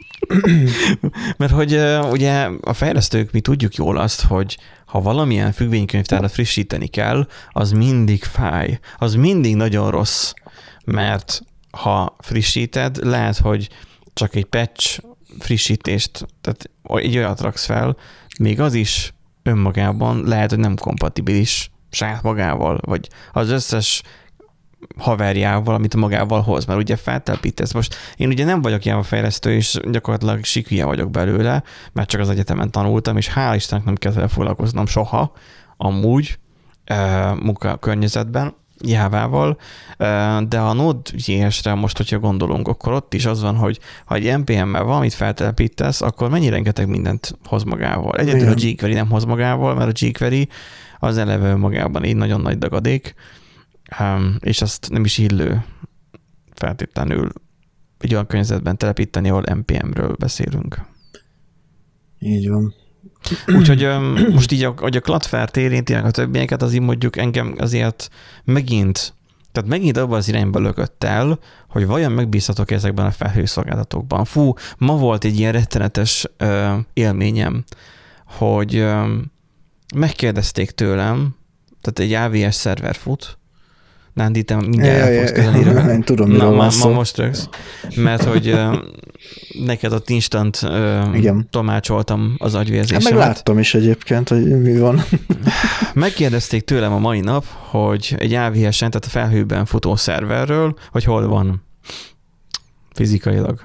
Mert hogy ugye a fejlesztők, mi tudjuk jól azt, hogy ha valamilyen függvénykönyvtárat frissíteni kell, az mindig fáj. Az mindig nagyon rossz, mert ha frissíted, lehet, hogy csak egy patch frissítést, tehát egy olyat raksz fel, még az is önmagában lehet, hogy nem kompatibilis saját magával, vagy az összes haverjával, amit magával hoz, mert ugye feltelepítesz. Most én ugye nem vagyok Java fejlesztő, és gyakorlatilag sikülye vagyok belőle, mert csak az egyetemen tanultam, és hál' Istennek nem kell vele foglalkoznom soha, amúgy munkakörnyezetben, Jávával, de a Node.js-re most, hogyha gondolunk, akkor ott is az van, hogy ha egy en pé em-mel valamit feltelepítesz, akkor mennyi rengeteg mindent hoz magával. Egyedül igen. A jQuery nem hoz magával, mert a jQuery az eleve önmagában egy nagyon nagy dagadék, és azt nem is illő feltétlenül egy olyan környezetben telepíteni, ahol en pé em-ről beszélünk. Így van. Úgyhogy most így, hogy a Cloudflare-t érinti a többieket, az így mondjuk engem azért megint, tehát megint abban az irányba lökött el, hogy vajon megbízhatok ezekben a felhőszolgáltatókban. Fú, ma volt egy ilyen rettenetes ö, élményem, hogy ö, megkérdezték tőlem, tehát egy á vé es szerver fut, Nándi, te mindjárt el fogsz kezdeni rá. Én tudom, Na, ma, ma most rögsz. Mert hogy uh, neked ott instant uh, tomácsoltam az agyvérzésemet. Hát meg láttam is egyébként, hogy mi van. Megkérdezték tőlem a mai nap, hogy egy á vé es-en, tehát a felhőben futó szerverről, hogy hol van fizikailag.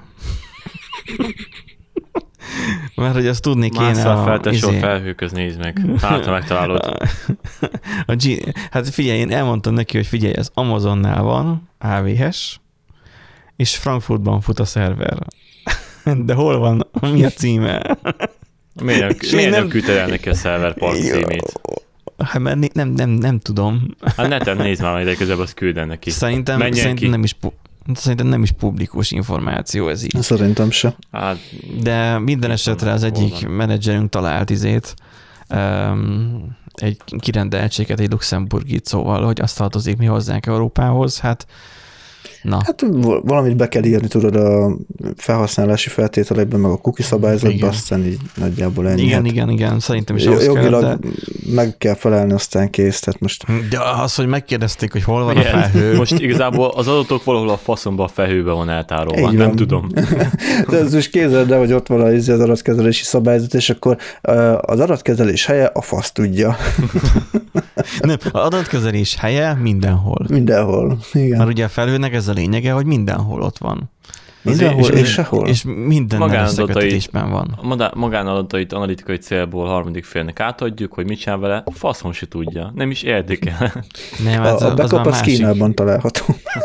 Mert hogy azt tudni kéne Másszal feltesó izé... felhőköz, nézd meg. Hát, ha megtalálod. A, a G... Hát figyelj, én elmondtam neki, hogy figyelj, ez Amazonnál van, á vé es, és Frankfurtban fut a szerver. De hol van? Mi a címe? Miért, miért nem, nem küldted el neki a szerverpark címét? Hát mert nem, nem, nem tudom. Hát neten nézd már, majd közben azt külden neki. Szerintem, szerintem nem is... Szerintem nem is publikus információ ez így. Szerintem se. Hát, de minden esetre az egyik menedzserünk talált izét, um, egy kirendeltséget, egy luxemburgit, szóval, hogy azt tartozik mi hozzánk Európához, hát na. Hát valamit be kell írni, tudod, a felhasználási feltételekben, meg a cookie szabályzatban, aztán így nagyjából ennyi. Igen, hát igen, igen, szerintem is ahhoz jogilag kell, de... meg kell felelni, aztán kész, tehát most... De az, hogy megkérdezték, hogy hol van igen. A felhő. Most igazából az adatok valahol a faszomban a felhőben van eltárolva, nem tudom. De ez most képzeld el, hogy ott van az adatkezelési szabályzat, és akkor az adatkezelés helye a fasz tudja. Nem, az adatkezelés helye mindenhol. Mindenhol, igen. Mert ugye a felhőnek ez a lényege, hogy mindenhol ott van. Mindenhol és, és sehol. És minden összekötetésben van. Magánadatait analitikai célból harmadik félnek átadjuk, hogy mit csinál vele, faszom se tudja. Nem is érdekel. Nem, az, a, a backup az, az Kínában található.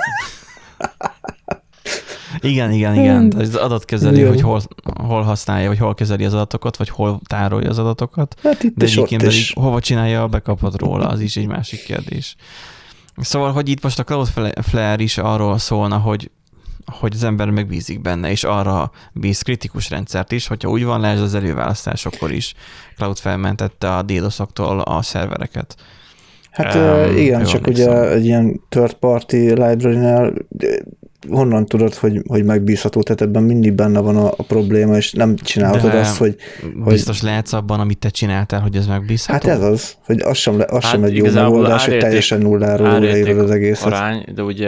Igen, igen, igen. Az adatkezelő, hogy hol, hol használja, vagy hol kezeli az adatokat, vagy hol tárolja az adatokat. Hát itt de is, egyébként ott pedig is. Hova csinálja a backupot róla, az is egy másik kérdés. Szóval, hogy itt most a Cloudflare is arról szólna, hogy hogy az ember megbízik benne, és arra bíz kritikus rendszert is, hogyha úgy van, lásd az előválasztásokkor is. Cloud felmentette a DDoS-októl a szervereket. Hát um, igen, csak ugye egy ilyen third party library-nál honnan tudod, hogy, hogy megbízható, tehát ebben mindig benne van a, a probléma, és nem csinálhatod de azt, hogy... Biztos hogy... lehetsz abban, amit te csináltál, hogy ez megbízható? Hát ez az, hogy az sem, az hát sem egy jó megoldás, hogy teljesen nulláról leírod az egészet. Arány, de ugye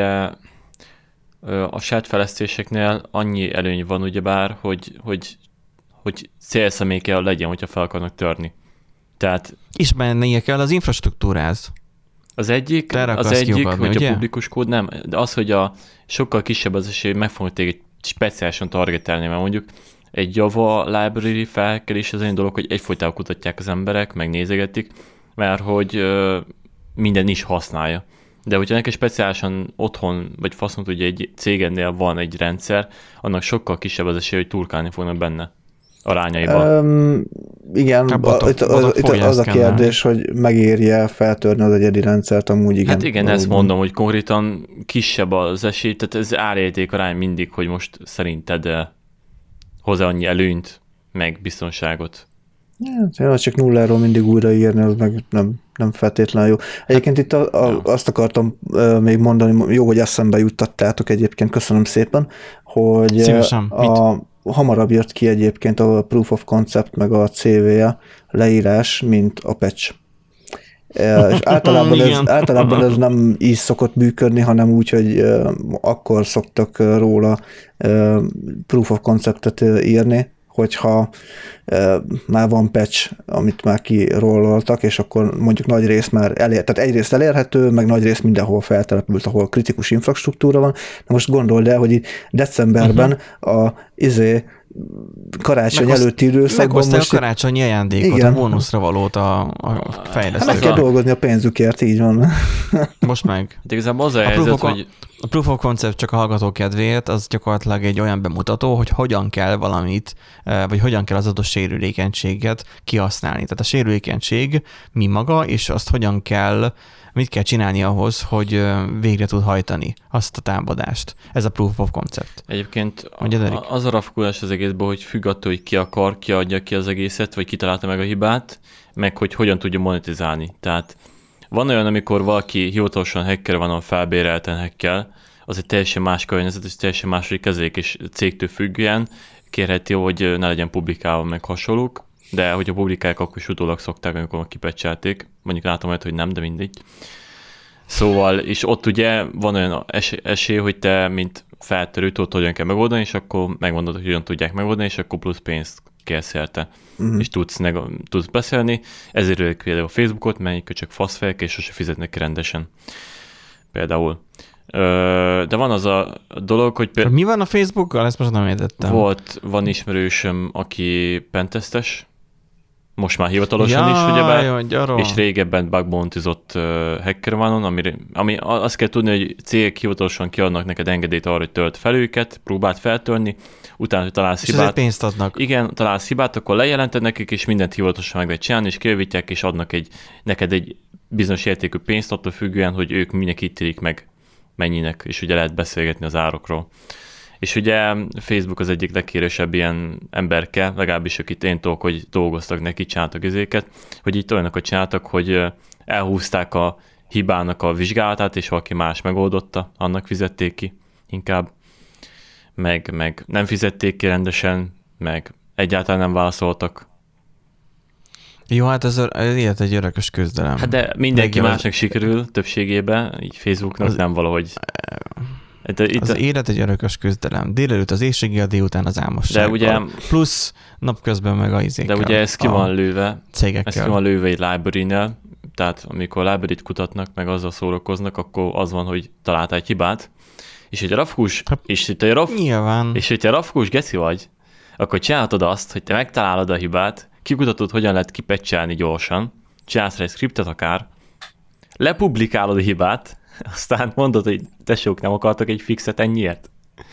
a saját fejlesztéseknél annyi előny van ugyebár, hogy, hogy, hogy célszemély kell legyen, hogyha fel akarnak törni. Tehát... Ismernie kell az infrastruktúráz. Az egyik, az egyik kiukadni, hogy ugye? a publikus kód nem, de az, hogy a sokkal kisebb az esély, hogy meg fognak téged speciálisan targetelni, mert mondjuk egy Java library felkelés az egy dolog, hogy egyfolytában kutatják az emberek, megnézegetik, mert hogy ö, minden is használja. De hogyha neked speciálisan otthon, vagy faszon tudja, egy cégednél van egy rendszer, annak sokkal kisebb az esély, hogy turkálni fognak benne arányaiban. Um, igen, a botok, itt, botok itt az a kérdés, hogy megérje feltörni az egyedi rendszert, amúgy igen. Hát igen, ezt mondom, hogy konkrétan kisebb az esély, tehát ez árérték arány mindig, hogy most szerinted hozzá annyi előnyt, meg biztonságot. Ja, csak nulláról mindig újraírni, az meg nem, nem feltétlenül jó. Egyébként itt a, a, azt akartam uh, még mondani, jó, hogy eszembe juttattátok egyébként, köszönöm szépen, hogy Szívesen, a, hamarabb jött ki egyébként a Proof of Concept meg a cé vé á leírás, mint a patch. És általában, ez, általában ez nem így szokott működni, hanem úgy, hogy uh, akkor szoktak róla uh, Proof of Conceptet írni, hogyha e, már van patch, amit már kiróloltak, és akkor mondjuk nagy rész már elér, tehát egyrészt elérhető, meg nagy rész mindenhol feltelepült, ahol kritikus infrastruktúra van. Na most gondold el, hogy itt decemberben uh-huh. a izé, karácsony Meghoz, előtti időszakban meghozta most... a karácsonyi ajándékot, igen. A bónuszra valót a, a fejlesztők. Hát meg kell dolgozni a pénzükért, így van. Most meg. Hát igazából az a helyzet, a hogy... A Proof of Concept csak a hallgató kedvéért, az gyakorlatilag egy olyan bemutató, hogy hogyan kell valamit, vagy hogyan kell az adott sérülékenységet kihasználni. Tehát a sérülékenység mi maga, és azt hogyan kell, mit kell csinálni ahhoz, hogy végre tud hajtani azt a támadást. Ez a Proof of Concept. Egyébként Mondja, az a rafkulás az egészben, hogy függ attól, hogy ki akar, ki adja ki az egészet, vagy ki találta meg a hibát, meg hogy hogyan tudja monetizálni. Tehát van olyan, amikor valaki hivatalosan hacker van, a felbérelten hackkel, az egy teljesen más környezet, és teljesen második kezelék, és cégtől függően kérheti, hogy ne legyen publikálva meg hasonlók, de hogyha publikálják, akkor is utólag szokták, amikor kipecselték. Mondjuk látom olyat, hogy nem, de mindegy. Szóval, és ott ugye van olyan esély, esély hogy te, mint feltörő, tudod, hogyan kell megoldani, és akkor megmondod, hogy hogyan tudják megoldani, és akkor plusz pénzt kérsz érte. Uh-huh. És tudsz, neg- tudsz beszélni, ezért ők például a Facebookot, melyik csak faszfejek, és sose fizetnek ki rendesen. Például. Ö, de van az a dolog, hogy... Péld... Mi van a Facebookkal? Ezt most nem értettem. Volt, van ismerősöm, aki pentestes, most már hivatalosan ja, is, ugyebár, jó, és régebben bugbountizott uh, HackerOne-on, ami, ami azt kell tudni, hogy cégek hivatalosan kiadnak neked engedélyt arra, hogy tölt fel őket, próbáld feltörni, utána, hogy találsz és hibát. pénzt adnak. Igen, találsz hibát, akkor lejelented nekik, és mindent hivatalosan meg lehet csinálni, és kijavítják, és adnak egy, neked egy bizonyos értékű pénzt, attól függően, hogy ők minek ítélik meg mennyinek, és ugye lehet beszélgetni az árokról. És ugye Facebook az egyik legkérősebb ilyen emberke, legalábbis akit én tudok, hogy dolgoztak neki, csináltak ezéket, hogy itt olyanokat csináltak, hogy elhúzták a hibának a vizsgálatát, és valaki más megoldotta, annak fizették ki inkább, meg, meg nem fizették ki rendesen, meg egyáltalán nem válaszoltak. Jó, hát ez, ez élet egy örökös küzdelem. Hát de mindenki Meg másnak az... sikerül többségében, így Facebooknak az... nem valahogy... Itt, itt az a... élet egy örökös küzdelem. Délelőtt az éjséggel, délután az álmossággal. De ugye, plusz napközben meg a izékkel. De ugye ez ki van lőve. Cégekkel. Ez ki van lőve egy library-nél. Tehát amikor library-t kutatnak, meg azzal szórakoznak, akkor az van, hogy találtál egy hibát. És hogy a rafkus, hát, és hogy a raf... és hogy a rafkus geci vagy, akkor csinálhatod azt, hogy te megtalálod a hibát, kikutatod, hogyan lehet kipecselni gyorsan, csinálsz rá egy scriptet akár, lepublikálod a hibát, aztán mondod, hogy tesók, nem akartak egy fixet ennyiért?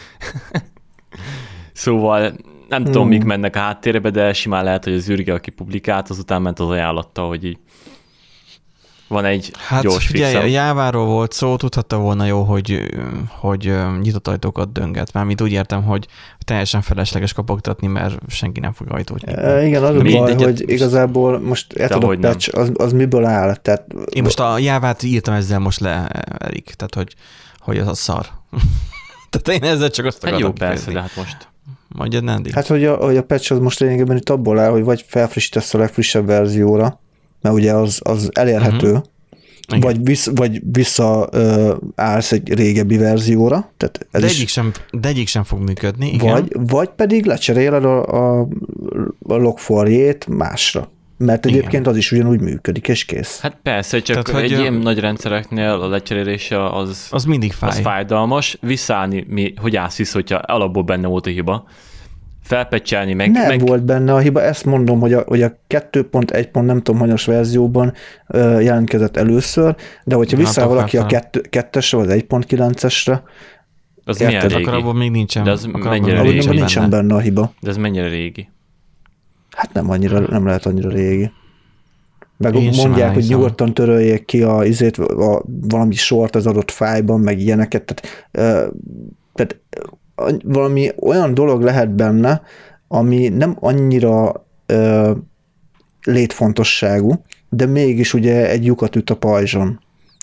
Szóval nem hmm. tudom, mik mennek a háttérbe, de simán lehet, hogy az űrge, aki publikált, azután ment az ajánlattal, hogy így van egy hát gyors fixem. Hát Jáváról volt szó, tudhatta volna jó, hogy, hogy nyitott ajtókat dönget. Mármint úgy értem, hogy teljesen felesleges kapogtatni, mert senki nem fog ajtót nyitni. E, igen, az a baj, hogy igazából most érted, a patch, az, az miből áll? Tehát... Én most a Jávát írtam ezzel most le, Erik, tehát hogy, hogy az a szar. Tehát én ezzel csak azt akartam hát jó, persze, de hát most... Mondjad, Nandi. Hát, hogy a, hogy a patch az most lényegében itt abból áll, hogy vagy felfrissítesz a legfrissebb verzióra, mert ugye az, az elérhető, uh-huh. vagy, vissz, vagy visszaállsz egy régebbi verzióra. Tehát ez de, is, egyik sem, de egyik sem fog működni, igen. Vagy, vagy pedig lecseréled a, a, a logforjét másra. Mert egyébként igen. az is ugyanúgy működik, és kész. Hát persze, csak Tehát, egy ilyen nagy rendszereknél a lecserélése az, az mindig fáj. Az fájdalmas. Visszaállni, mi, hogy állsz vissza, hogyha alapból benne volt a hiba. Felpecselni meg... Nem meg... volt benne a hiba, ezt mondom, hogy a, hogy a kettő pont egy pont nem tudom, hanyas verzióban uh, jelentkezett először, de hogyha visszaáll valaki a kettő, kettesre, vagy egy pont kilencesre, az milyen régi? Akkor abban még nincsen. De az mennyire régi? Nincsen, nincsen benne a hiba. De ez mennyire régi? Hát nem annyira, nem lehet annyira régi. Meg én mondják, hogy nyugodtan töröljék ki a, izét, a, valami sort az adott fájban, meg ilyeneket. Tehát, uh, tehát uh, valami olyan dolog lehet benne, ami nem annyira uh, létfontosságú, de mégis ugye egy lyukat üt a pajzson.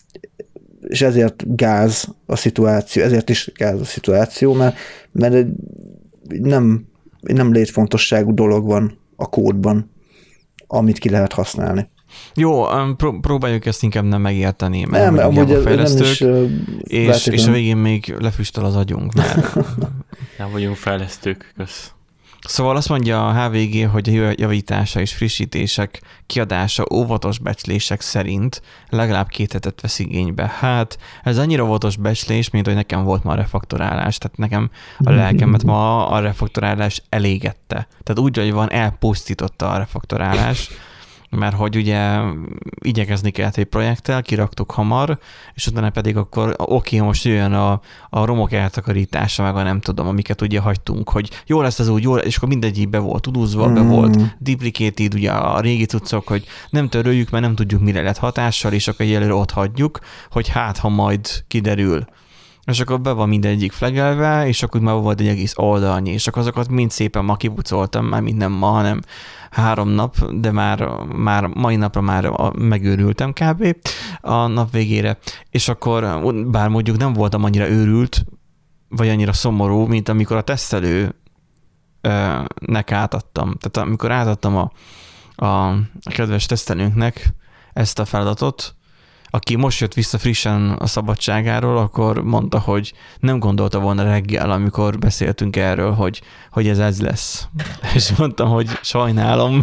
És ezért gáz a szituáció, ezért is gáz a szituáció, mert, mert nem, nem létfontosságú dolog van a kódban, amit ki lehet használni. Jó, pró- próbáljuk ezt inkább nem megérteni, mert nem, amúgy a fejlesztők, nem is, uh, és, és a végén még lefüstöl az agyunk. Mert... nem vagyunk fejlesztők, kösz. Szóval azt mondja a há vé gé, hogy a javítása és frissítések kiadása óvatos becslések szerint legalább két hetet vesz igénybe. Hát ez annyira óvatos becslés, mint hogy nekem volt ma a refaktorálás, tehát nekem a lelkemet ma a refaktorálás elégette. Tehát úgy, hogy van, elpusztította a refaktorálás, mert hogy ugye igyekezni kellett egy projekttel, kiraktuk hamar, és utána pedig akkor oké, okay, most jöjjön a, a romok eltakarítása, meg a nem tudom, amiket ugye hagytunk, hogy jó lesz ez úgy, jó lesz, és akkor mindegyik be volt tudózva, mm. be volt duplicated, ugye a régi cuccok, hogy nem töröljük, mert nem tudjuk, mire lett hatással, és akkor egyelőre ott hagyjuk, hogy hát, ha majd kiderül. És akkor be van mindegyik flagelve, és akkor már volt egy egész oldalnyi, és akkor azokat mind szépen ma kipucoltam, már mind nem ma, hanem három nap, de már, már mai napra már megőrültem kb. A nap végére, és akkor bár mondjuk nem voltam annyira őrült, vagy annyira szomorú, mint amikor a tesztelőnek átadtam. Tehát amikor átadtam a, a, a kedves tesztelőnknek ezt a feladatot, aki most jött vissza frissen a szabadságáról, akkor mondta, hogy nem gondolta volna reggel, amikor beszéltünk erről, hogy, hogy ez ez lesz. És mondtam, hogy sajnálom,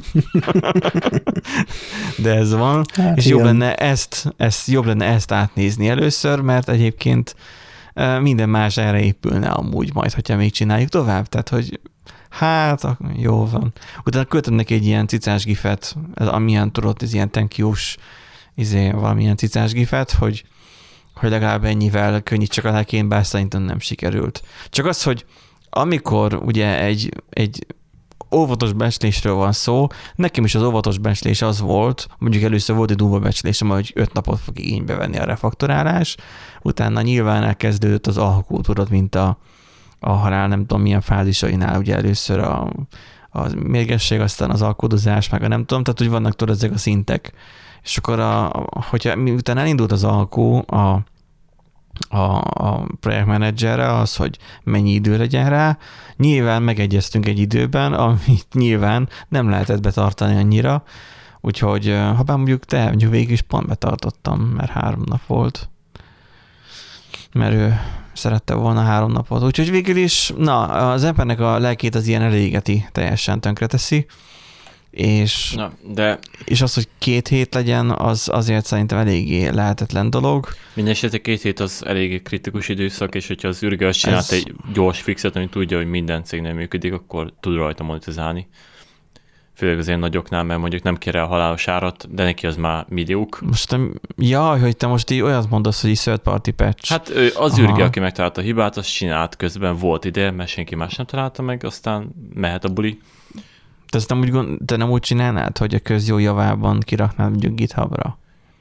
de ez van. Hát és jobb lenne, ezt, ezt, jobb lenne ezt átnézni először, mert egyébként minden más erre épülne amúgy majd, hogyha még csináljuk tovább. Tehát, hogy hát, jó van. Utána küldtem neki egy ilyen cicás gifet, amilyen tudod, ez ilyen thank you-s izé, valamilyen cicás gifet, hogy, hogy legalább ennyivel könnyítsek a lelkén, bár szerintem nem sikerült. Csak az, hogy amikor ugye egy, egy óvatos becslésről van szó, nekem is az óvatos becslés az volt, mondjuk először volt egy durva becslésem, hogy öt napot fog igénybe venni a refaktorálás, utána nyilván elkezdődött az alkultúrod, mint a, a halál, nem tudom milyen fázisainál, ugye először a, a mérgesség, aztán az alkudozás, meg a nem tudom, tehát hogy vannak tudod ezek a szintek. És akkor, a, hogyha miután elindult az alkú a, a, a projektmenedzserre, az, hogy mennyi idő legyen rá, nyilván megegyeztünk egy időben, amit nyilván nem lehetett betartani annyira, úgyhogy ha bár mondjuk te, mondjuk végig is pont betartottam, mert három nap volt, mert ő szerette volna három napot. Úgyhogy végül is, na, az embernek a lelkét az ilyen elégeti, teljesen tönkreteszi, és, Na, de... és az, hogy két hét legyen, az azért szerintem eléggé lehetetlen dolog. Mindenesetre két hét az eléggé kritikus időszak, és hogyha az űrge azt csinált Ez... egy gyors fixet, ami tudja, hogy minden cég nem működik, akkor tud rajta monetizálni. Főleg az ilyen nagyoknál, mert mondjuk nem kér el halálos árat, de neki az már milliók. Most nem, ja, hogy te most így olyat mondasz, hogy third party patch. Hát az űrge, aki megtalálta a hibát, az csinált, közben volt ide, mert senki más nem találta meg, aztán mehet a buli. Te, nem úgy, te nem úgy csinálnád, hogy a közjó javában kiraknád mondjuk GitHubra?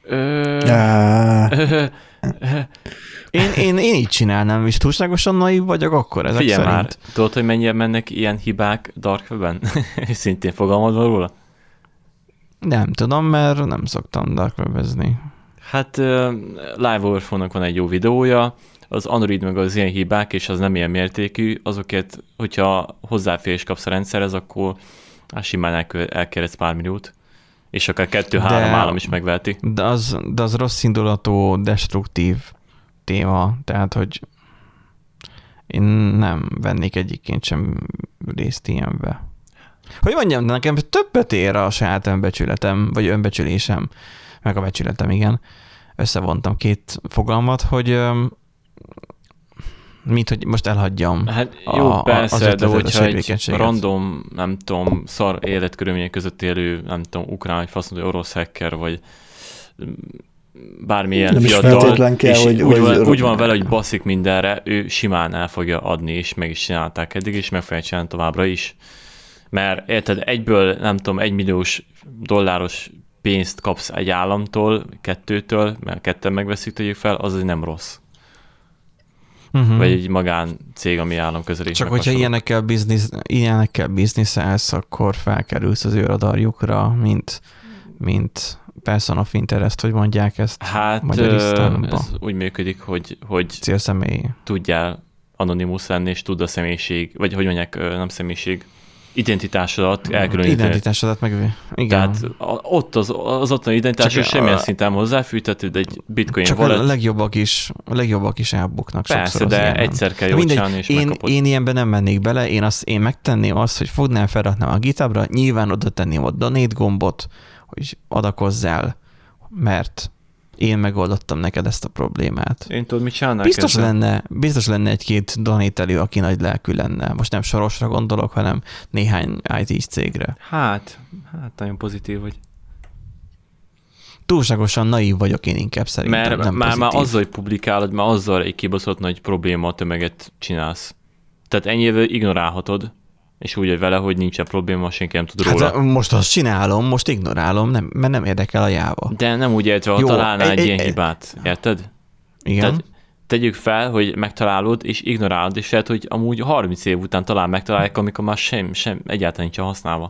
Ö... Ja. Ö... Én, én, én így csinálnám, és túlságosan naiv vagyok akkor ezek Figyelj szerint. már, tudod, hogy mennyire mennek ilyen hibák Dark Webben? Szintén fogalmad van róla? Nem tudom, mert nem szoktam dark webezni. Hát uh, Live Overflow-nak van egy jó videója, az Android meg az ilyen hibák, és az nem ilyen mértékű, azokat, hogyha hozzáférés kapsz a rendszerhez, akkor hát simán elkö- elkeredsz pár milliót, és akár kettő-három állam is megveheti. De az, de az rossz indulatú, destruktív téma, tehát, hogy én nem vennék egyébként sem részt ilyenbe. Hogy mondjam, de nekem többet ér a saját önbecsületem, vagy önbecsülésem, meg a becsületem, igen. Összevontam két fogalmat, hogy mint hogy most elhagyjam. Hát jó, a, persze, de hogyha egy egy random, nem tudom, szar életkörülmények között élő, nem tudom, ukrán, vagy faszom, vagy orosz hacker, vagy bármilyen nem fiatal, kell, és hogy, úgy, hogy van, úgy van vele, hogy baszik mindenre, ő simán el fogja adni, és meg is csinálták eddig, és meg fogja csinálni továbbra is. Mert érted, egyből, nem tudom, egy milliós dolláros pénzt kapsz egy államtól, kettőtől, mert ketten megveszik, tegyük fel, az nem rossz. Uh-huh. Vagy egy magán cég, ami állam közeli. Csak hogyha ilyenekkel, biznisz, ilyenekkel bizniszelsz, akkor felkerülsz az ő radarjukra, mint, mint person of interest, hogy mondják ezt hát, Magyarisztánban. Hát ez úgy működik, hogy, hogy célszemély. Tudjál anonimus lenni, és tud a személyiség, vagy hogy mondják, nem személyiség, identitásodat elkülöníteni. Identitásodat meg, igen. Tehát ott az, az ottani identitásod semmilyen szinten hozzáfűjtetőd egy bitcoin csak wallet. Csak a legjobbak is, a legjobbak is elbuknak persze, sokszor. de egyszer kell jól csinálni, és én, megkapod. Én ilyenben nem mennék bele, én, azt, én megtenném azt, hogy fognám, felraknám a GitHubra, nyilván oda tenném a donate gombot, hogy adakozzál, mert én megoldottam neked ezt a problémát. Én tudod, mit csinálnák biztos ezzel? lenne, biztos lenne egy-két donételő, aki nagy lelkű lenne. Most nem Sorosra gondolok, hanem néhány í té cégre. Hát, hát nagyon pozitív vagy. Túlságosan naív vagyok én inkább szerintem. Mert nem már, már pozitív. azzal, hogy publikálod, már azzal egy kibaszott nagy probléma tömeget csinálsz. Tehát ennyivel ignorálhatod, és úgy vagy vele, hogy nincsen probléma, senki nem tud róla. Hát most azt csinálom, most ignorálom, nem, mert nem érdekel a jáva. De nem úgy értve, ha Jó, találnál egy, egy, ilyen egy, hibát, érted? Igen. Tehát tegyük fel, hogy megtalálod, és ignorálod, és lehet, hogy amúgy harminc év után talán megtalálják, amikor már sem, sem egyáltalán nincsen használva.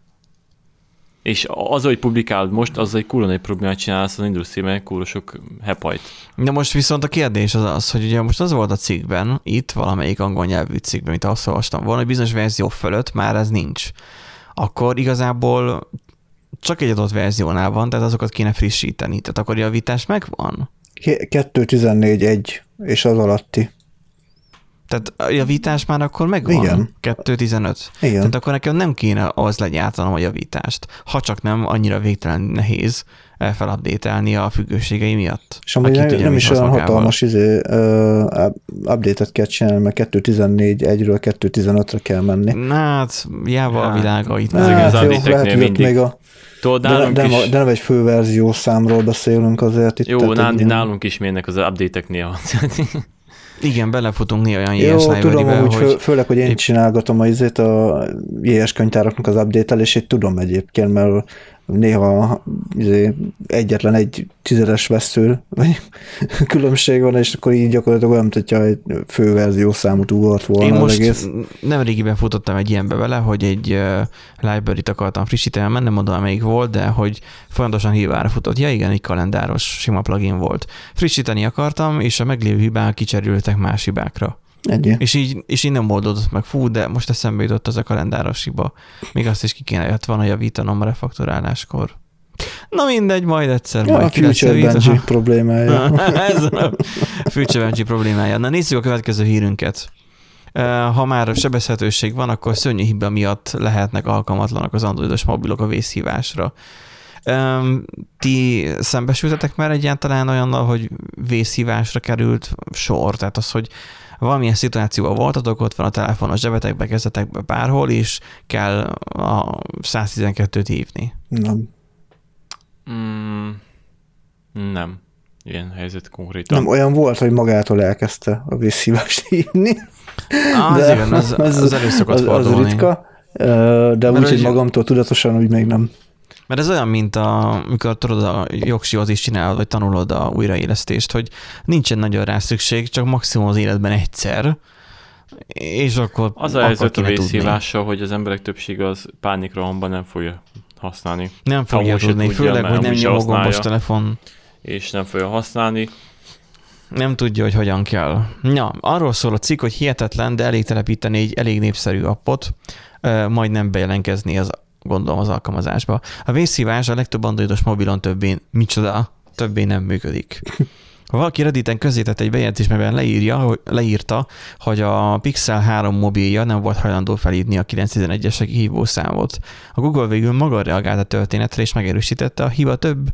És az, hogy publikálod most, az egy kurva nagy problémát csinálsz az industriában, kurva sok hepajt. De most viszont a kérdés az az, hogy ugye most az volt a cikkben, itt valamelyik angol nyelvű cikkben, amit azt olvastam volna, hogy bizonyos verzió fölött már ez nincs. Akkor igazából csak egy adott verziónál van, tehát azokat kéne frissíteni. Tehát akkor javítás megvan? kettő tizennégy egy és az alatti. Tehát a javítás már akkor megvan? Igen. kettő tizenöt. Igen. Tehát akkor nekem nem kéne az legyártanom a javítást, ha csak nem annyira végtelen nehéz felupdate-elni a függőségei miatt. És amúgy nem, nem is olyan hatalmas izé, uh, update-et kell csinálni, mert kettő tizennégy egyről kettő tizenötre kell menni. Na hát, jáva hát, a világa itt. Hát, hát jó, lehet, hogy még a Tudod, de, de, is... de nem egy főverzió számról beszélünk azért itt. Jó, Nándi, nálunk is mérnek az update-ek néha. Igen, belefutunk néha olyan jé es library-be, tudom, hogy... Fő, hogy... főleg, hogy én épp... csinálgatom a, izét, a jé es könyvtáraknak az update-elését, tudom egyébként, mert néha izé, egyetlen egy tizedes vesző, vagy különbség van, és akkor így gyakorlatilag olyan, hogyha egy főverzió számot ugort volna. Én most egész. nem régiben futottam egy ilyenbe vele, hogy egy uh, library-t akartam frissíteni, mert nem mondom, melyik volt, de hogy folyamatosan hibára futott. Ja igen, egy kalendáros sima plugin volt. Frissíteni akartam, és a meglévő hibák kicserültek más hibákra. Ennyi. És így, és így nem oldódott meg. Fú, de most eszembe jutott az a kalendáros hiba. Még azt is ki kéne jött volna javítanom a refaktoráláskor. Na mindegy, majd egyszer. Ja, majd a Future Benji problémája. Ez a Future Benji problémája. Na nézzük a következő hírünket. Ha már sebezhetőség van, akkor szörnyű hiba miatt lehetnek alkalmatlanak az androidos mobilok a vészhívásra. Ti szembesültetek már egyáltalán olyannal, hogy vészhívásra került sor? Tehát az, hogy valamilyen szituációban voltatok, ott van a telefon a zsebetekbe, kezetekbe, bárhol, és kell a száz tizenkettőt hívni. Nem. Mm, nem. Ilyen helyzet konkrétan. Nem, olyan volt, hogy magától elkezdte a vészhívást hívni. Ah, az igen, az, az, az előszokott az, fordulni. Az ritka, de úgy, hogy magamtól tudatosan úgy még nem. Mert ez olyan, mint a, amikor tudod a jogsihoz is csinálod, vagy tanulod a újraélesztést, hogy nincsen nagyon rá szükség, csak maximum az életben egyszer, és akkor az a helyzet a vészhívással, hogy az emberek többsége az pánikrohamban nem fogja használni. Nem fogja tudni, tudja, főleg, hogy nem nyom a gombos telefon. És nem fogja használni. Nem tudja, hogy hogyan kell. Ja, arról szól a cikk, hogy hihetetlen, de elég telepíteni egy elég népszerű appot, majd nem bejelentkezni az, gondolom, az alkalmazásba. A vészhívás a legtöbb androidos mobilon többé, micsoda, többé nem működik. Ha valaki Redditen közzétett egy bejegyzést, melyben leírja, hogy, leírta, hogy a Pixel három mobilja nem volt hajlandó felírni a kilencszáztizenegyes hívószámot. A Google végül maga reagált a történetre, és megerősítette, a hiba több...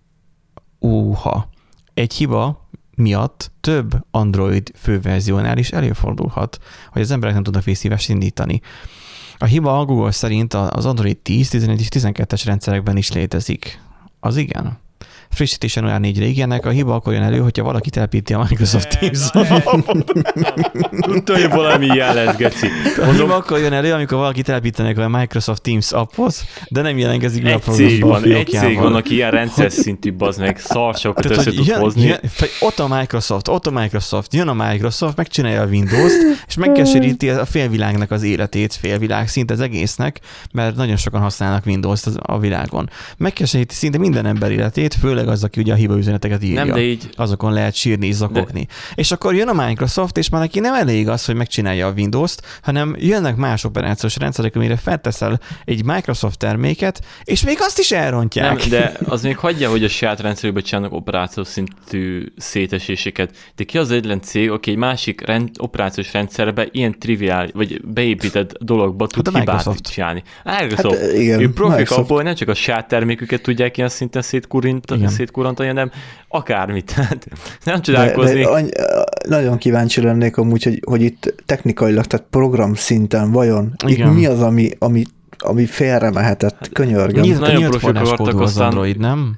Úha. Egy hiba miatt több Android főverziónál is előfordulhat, hogy az emberek nem tudnak vészhívást indítani. A hiba a Google szerint az Android tíz, tizenegy és tizenkettes rendszerekben is létezik. Az igen. Frissítésen olyan négyre igenek, a hiba akkor jön elő, hogyha valaki telepíti a Microsoft Teams appot. Tudta, hogy valami ilyen lesz, geci. A hiba akkor jön elő, amikor valaki telepítenek a Microsoft Teams appot, de nem jelentkezik meg a programban. Egy cég van, aki ilyen rendszer szintű, bazd meg, szarsokat össze tud hozni. Jön, ott a Microsoft, ott a Microsoft, jön a Microsoft, megcsinálja a Windows-t, és megkeseríti a félvilágnak az életét, félvilág szinte az egésznek, mert nagyon sokan használnak Windows-t a világon. Megkeseríti szinte minden ember életét, főleg az, aki ugye a hiba üzeneteket írja. Nem, de így... Azokon lehet sírni és zakogni. De... És akkor jön a Microsoft, és már neki nem elég az, hogy megcsinálja a Windows-t, hanem jönnek más operációs rendszerek, amire felteszel egy Microsoft terméket, és még azt is elrontják. Nem, de az még hagyja, hogy a saját rendszerükben csinálnak operációs szintű széteséseket. De ki az egyetlen cég, aki egy másik rend, operációs rendszerbe ilyen triviál, vagy beépített dologba tud hát hibát csinálni. Microsoft. Hát, igen, ő profik abból, nem csak a saját terméküket tudják ilyen szinten szétkurintani, szétkurantani, nem akármit. Tehát nem csodálkozni. De, de nagyon kíváncsi lennék amúgy, hogy, hogy itt technikailag, tehát program szinten vajon itt mi az, ami, ami, ami félre mehetett, könyörgöm. Nyílt, nagyon profik akartak az Android, nem?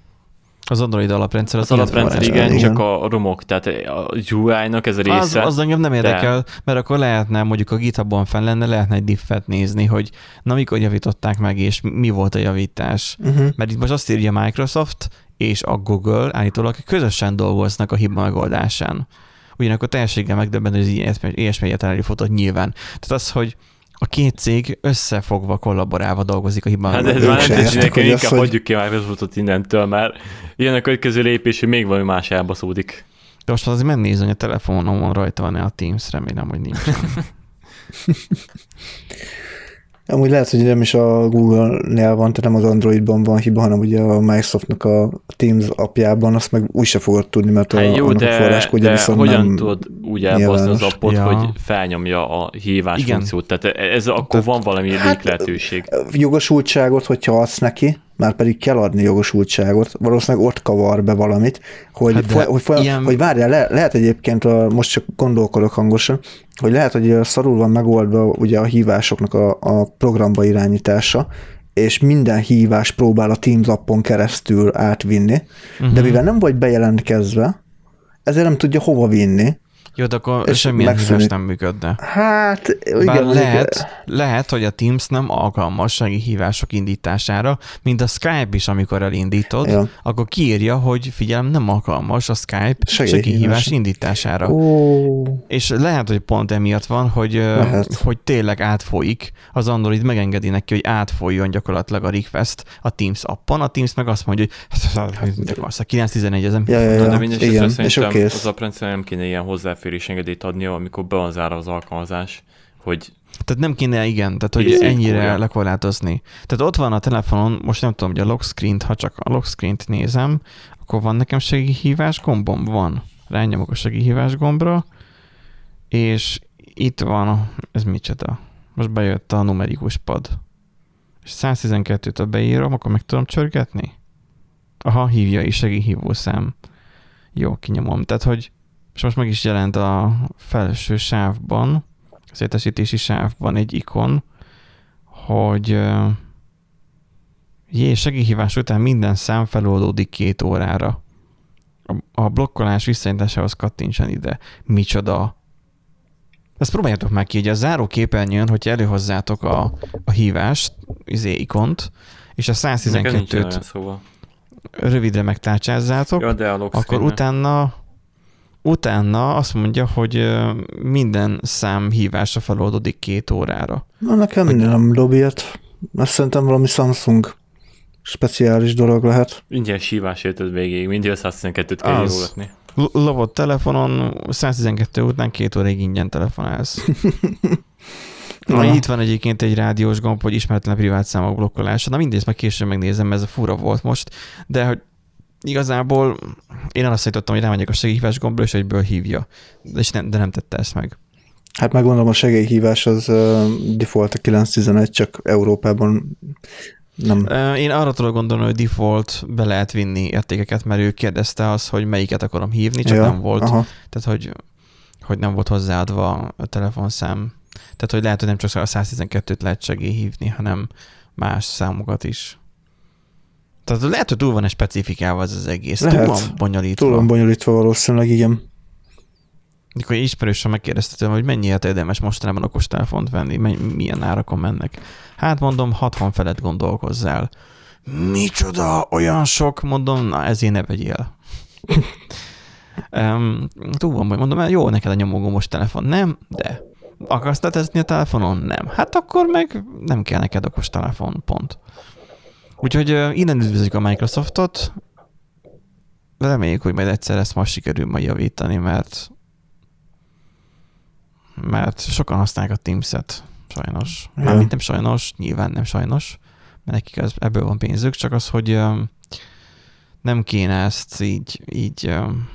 Az Android alaprendszer. Az, az alaprendszer, igen, igen, csak a romok, tehát a u i-nak ez a része. Az, az engem nem érdekel, de... mert akkor lehetne, mondjuk a GitHubon fenn lenne, lehetne egy diffet nézni, hogy na mikor javították meg, és mi volt a javítás. Uh-huh. Mert itt most azt írja Microsoft és a Google állítólag közösen dolgoznak a hiba megoldásán. Ugyanakkor teljességgel megdöbben, hogy ilyesmi egyetlen előfordult nyilván. Tehát az, hogy a két cég összefogva, kollaborálva dolgozik a hiba hát megoldásán. Hát ez már nem tetszik nekem, inkább hagyjuk ki a Microsoftot innentől, mert ilyen a következő lépés, hogy még valami más elbaszódik. De most azért megnézni, hogy a telefonomon rajta van-e a Teams, remélem, hogy nincs. Amúgy lehet, hogy nem is a Google-nél van, tehát nem az Androidban van hiba, hanem ugye a Microsoftnak a Teams appjában, azt meg úgy se fogod tudni, mert a, hát jó, annak de, a forráskódja viszont hogyan nem tudod úgy elbazni az appot, ja. hogy felnyomja a hívás igen. funkciót? Tehát ez akkor tehát, van valami hát, lehetőség. Jogosultságot, hogyha adsz neki, már pedig kell adni jogosultságot, valószínűleg ott kavar be valamit, hogy, hát foly, hogy, foly, ilyen... hogy várjál, le, lehet egyébként, a, most csak gondolkodok hangosan, hogy lehet, hogy szarul van megoldva ugye a hívásoknak a, a programba irányítása, és minden hívás próbál a Teams appon keresztül átvinni, uh-huh. de mivel nem vagy bejelentkezve, ezért nem tudja hova vinni. Jó, de akkor semmilyen hívás nem működne. Hát, igen. Lehet, lehet, hogy a Teams nem alkalmas hívások indítására, mint a Skype is, amikor elindítod, ja. akkor kiírja, hogy figyelem, nem alkalmas a Skype segélyhívás indítására. Oh. És lehet, hogy pont emiatt van, hogy, hogy tényleg átfolyik, az Android megengedi neki, hogy átfolyjon gyakorlatilag a request a Teams appon, a Teams meg azt mondja, hogy a kilenc tizenegy ezen. Ja, ja, ja. De mindesetre szerintem az apprendszer nem kéne ilyen hozzáférés engedélyt adnia, amikor be van zárva az alkalmazás, hogy... Tehát nem kéne, igen, tehát hogy ennyire kúrja. lekorlátozni. Tehát ott van a telefonon, most nem tudom, hogy a lock screen-t, ha csak a lock screen-t nézem, akkor van nekem segélyhívás gombom? Van. Rányomok a segélyhívás gombra, és itt van, ez micsoda? Most bejött a numerikus pad. És száz tizenkettőt beírom, akkor meg tudom csörgetni? Aha, hívja is segélyhívószám. Jó, kinyomom. Tehát, hogy és most meg is jelent a felső sávban, az értesítési sávban egy ikon, hogy jé, segélyhívás után minden szám feloldódik két órára. A blokkolás visszaintásához kattintson ide. Micsoda? Ezt próbáljátok meg ki, hogy a záró képernyőn, hogyha előhozzátok a, a hívást, izé ikont, és a száz tizenkettőt szóval. rövidre megtárcsázzátok, ja, de akkor utána, utána azt mondja, hogy minden szám hívása feloldódik két órára. Na, nekem hogy... nem dob ilyet. Azt szerintem valami Samsung speciális dolog lehet. Ingyen hívás érted végig, mindig a száz tizenkettőt kell jólatni. Lopott telefonon, száz tizenkettő után két óráig ingyen telefonálsz. Na, itt van egyébként egy rádiós gomb, hogy ismeretlen privát számok blokkolása. Na mindegy, meg később megnézem, ez a fura volt most. De hogy igazából én azt számítottam, hogy rámegyek a segélyhívás gombra, és egyből hívja. De, nem, de nem tette ezt meg. Hát megmondom, a segélyhívás az uh, default a kilenc tizenegy, csak Európában nem. Én arra tudok gondolni, hogy default be lehet vinni értékeket, mert ő kérdezte azt, hogy melyiket akarom hívni, csak ja, nem volt. Aha. Tehát, hogy, hogy nem volt hozzáadva a telefonszám. Tehát, hogy lehet, hogy nem csak a száz tizenkettőt lehet segélyhívni, hanem más számokat is. Tehát lehet, hogy túl van-e specifikálva ez az egész. Lehet. Túl van bonyolítva. Túl van bonyolítva valószínűleg, igen. Mikor ismerősen megkérdezte tőlem, hogy mennyiért érdemes mostanában okostelefont venni, milyen árakon mennek. Hát mondom, hatvan felett gondolkozzál. Micsoda, olyan sok, mondom, na ezért ne vegyél. um, túl van, mondom, jó, neked a nyomógombos telefon. Nem, de akarsz letezni a telefonon? Nem. Hát akkor meg nem kell neked okostelefon, pont. Úgyhogy uh, innen üdvözlük a Microsoftot. Reméljük, hogy majd egyszer ezt most sikerül majd javítani, mert mert sokan használják a Teams-et, sajnos. Ja. Mármint nem sajnos, nyilván nem sajnos, mert nekik ez, ebből van pénzük, csak az, hogy um, nem kéne ezt így, így um,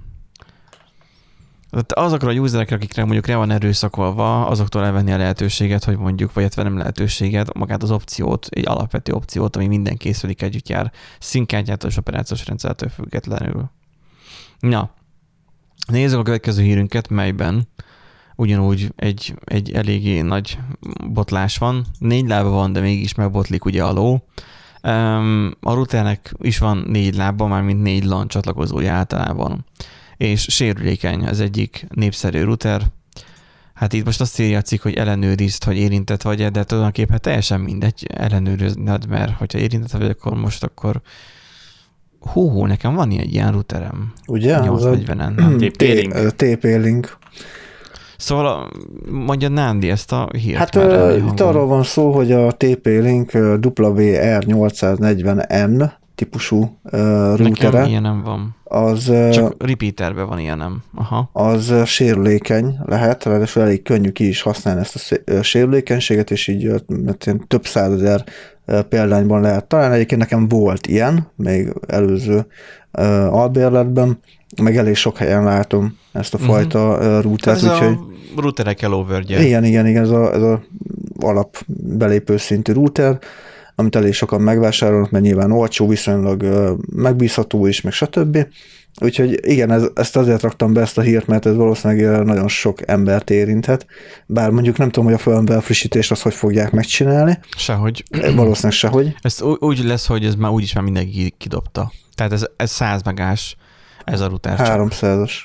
azokra a userekre, akikre mondjuk rá van erőszakolva, azoktól elvenni a lehetőséget, hogy mondjuk, vagy nem lehetőséget, magát az opciót, egy alapvető opciót, ami minden készülék együtt jár, színkártyától és operációs rendszertől függetlenül. Na, nézzük a következő hírünket, melyben ugyanúgy egy, egy eléggé nagy botlás van. Négy lába van, de mégis megbotlik ugye a ló. A routernek is van négy lába, mármint négy LAN csatlakozója általában. És sérülékeny az egyik népszerű router. Hát itt most azt írja a cikk, hogy ellenőrizd, hogy érintett vagy-e, de tulajdonképpen teljesen mindegy ellenőrizned, mert hogyha érintett vagy, akkor most akkor hú, hú nekem van egy ilyen routerem. Ugye? nyolcszáznegyvenen. té pé-Link. Szóval mondja Nándi ezt a hírt. Hát uh, itt arról van szó, hogy a té pé-Link dupla vé er nyolcszáznegyven en típusú uh, routere. Nekem ilyenem van. Az, csak repeaterben van ilyenem. Aha. Az sérülékeny lehet, ráadásul elég könnyű ki is használni ezt a sérülékenységet, és így több százezer példányban lehet találni. Egyébként nekem volt ilyen, még előző uh, albérletben, meg elég sok helyen látom ezt a fajta uh-huh. routert. Ez úgyhogy... a routerekkel overgye. Igen, igen, igen, ez a, ez a alap belépő szintű router, amit elég sokan megvásárolnak, mert nyilván olcsó, viszonylag megbízható is, meg stb. Úgyhogy igen, ez, ezt azért raktam be ezt a hírt, mert ez valószínűleg nagyon sok embert érinthet, bár mondjuk nem tudom, hogy a firmware frissítést azt hogy fogják megcsinálni. Sehogy. Valószínűleg sehogy. Ez úgy lesz, hogy ez már úgyis már mindenki kidobta. Tehát ez, ez száz megás, ez a router csak. háromszázas.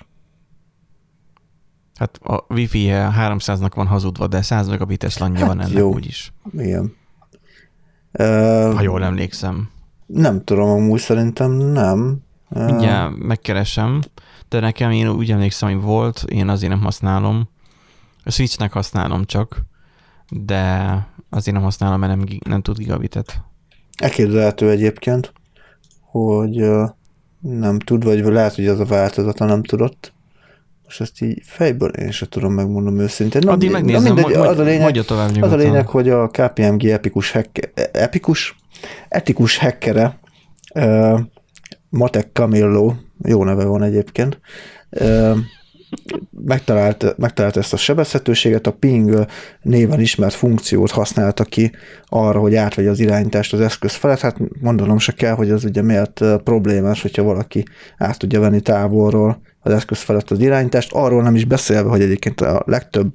Hát a Wi-Fi háromszáznak van hazudva, de száz megabites lanja hát van ennek jó. Úgyis. Igen. Ha jól emlékszem. Nem tudom, amúgy szerintem nem. Ugye megkeresem, de nekem én úgy emlékszem, hogy volt, én azért nem használom. A Switchnek használom csak, de azért nem használom, mert nem, nem tud gigabitet. Elképzelhető egyébként, hogy nem tud, vagy lehet, hogy az a változata nem tudott. Most ezt így fejből én sem tudom, megmondom őszintén. Na, addig megnézem, mindegy, majd, az a lényeg, mondja tovább nyugodtan. Az a lényeg, hogy a ká pé em gé epikus, hack, epikus etikus hackere, uh, Matek Camillo, jó neve van egyébként, uh, megtalált, megtalált ezt a sebezhetőséget, a ping néven ismert funkciót használta ki arra, hogy átvegye az irányítást az eszköz felett. Hát mondanom se kell, hogy ez ugye miért problémás, hogyha valaki át tudja venni távolról az eszköz felett az irányítást. Arról nem is beszélve, hogy egyébként a legtöbb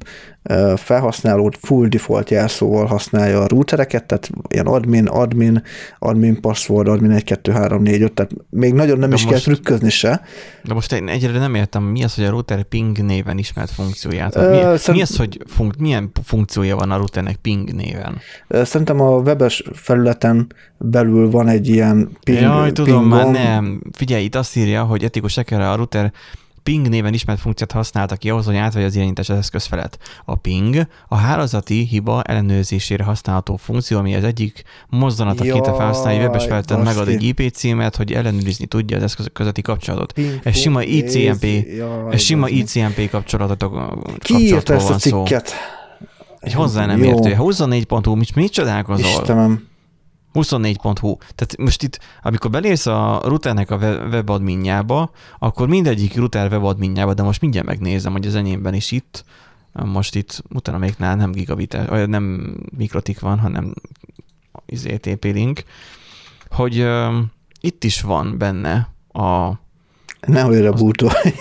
felhasználó full default jelszóval használja a routereket, tehát ilyen admin, admin, admin password, admin egy kettő három négy öt, tehát még nagyon nem de is most, kell trükközni se. De most én egyre nem értem, mi az, hogy a router ping néven ismert funkcióját? Mi, uh, szerint, mi az, hogy funk, milyen funkciója van a routernek ping néven? Szerintem a webes felületen belül van egy ilyen ping. Jaj, tudom, már nem. Figyelj, itt azt írja, hogy etikus hackerre a router ping néven ismert funkciót használta ki ahhoz, hogy átvegye az irányítás az eszköz felett. A ping a hálózati hiba ellenőrzésére használható funkció, ami az egyik mozzanataként a felhasználói webes felületen megad egy I P címet, hogy ellenőrizni tudja az eszközök közötti kapcsolatot. Ping, ez sima I C M P, jaj, ez sima I C M P kapcsolatot Ki írta ezt a cikket? Egy hozzá nem értő. huszonnégy pont hu, mit, mit csodálkozol? Istenem. huszonnégy pont hu. Tehát most itt, amikor belépsz a routernek a webadminjába, akkor mindegyik router webadminjába, de most mindjárt megnézem, hogy az enyémben is itt, most itt, utána még nál nem gigabit, nem mikrotik van, hanem izé té pé link, hogy uh, itt is van benne a... Nehogy rebootolj.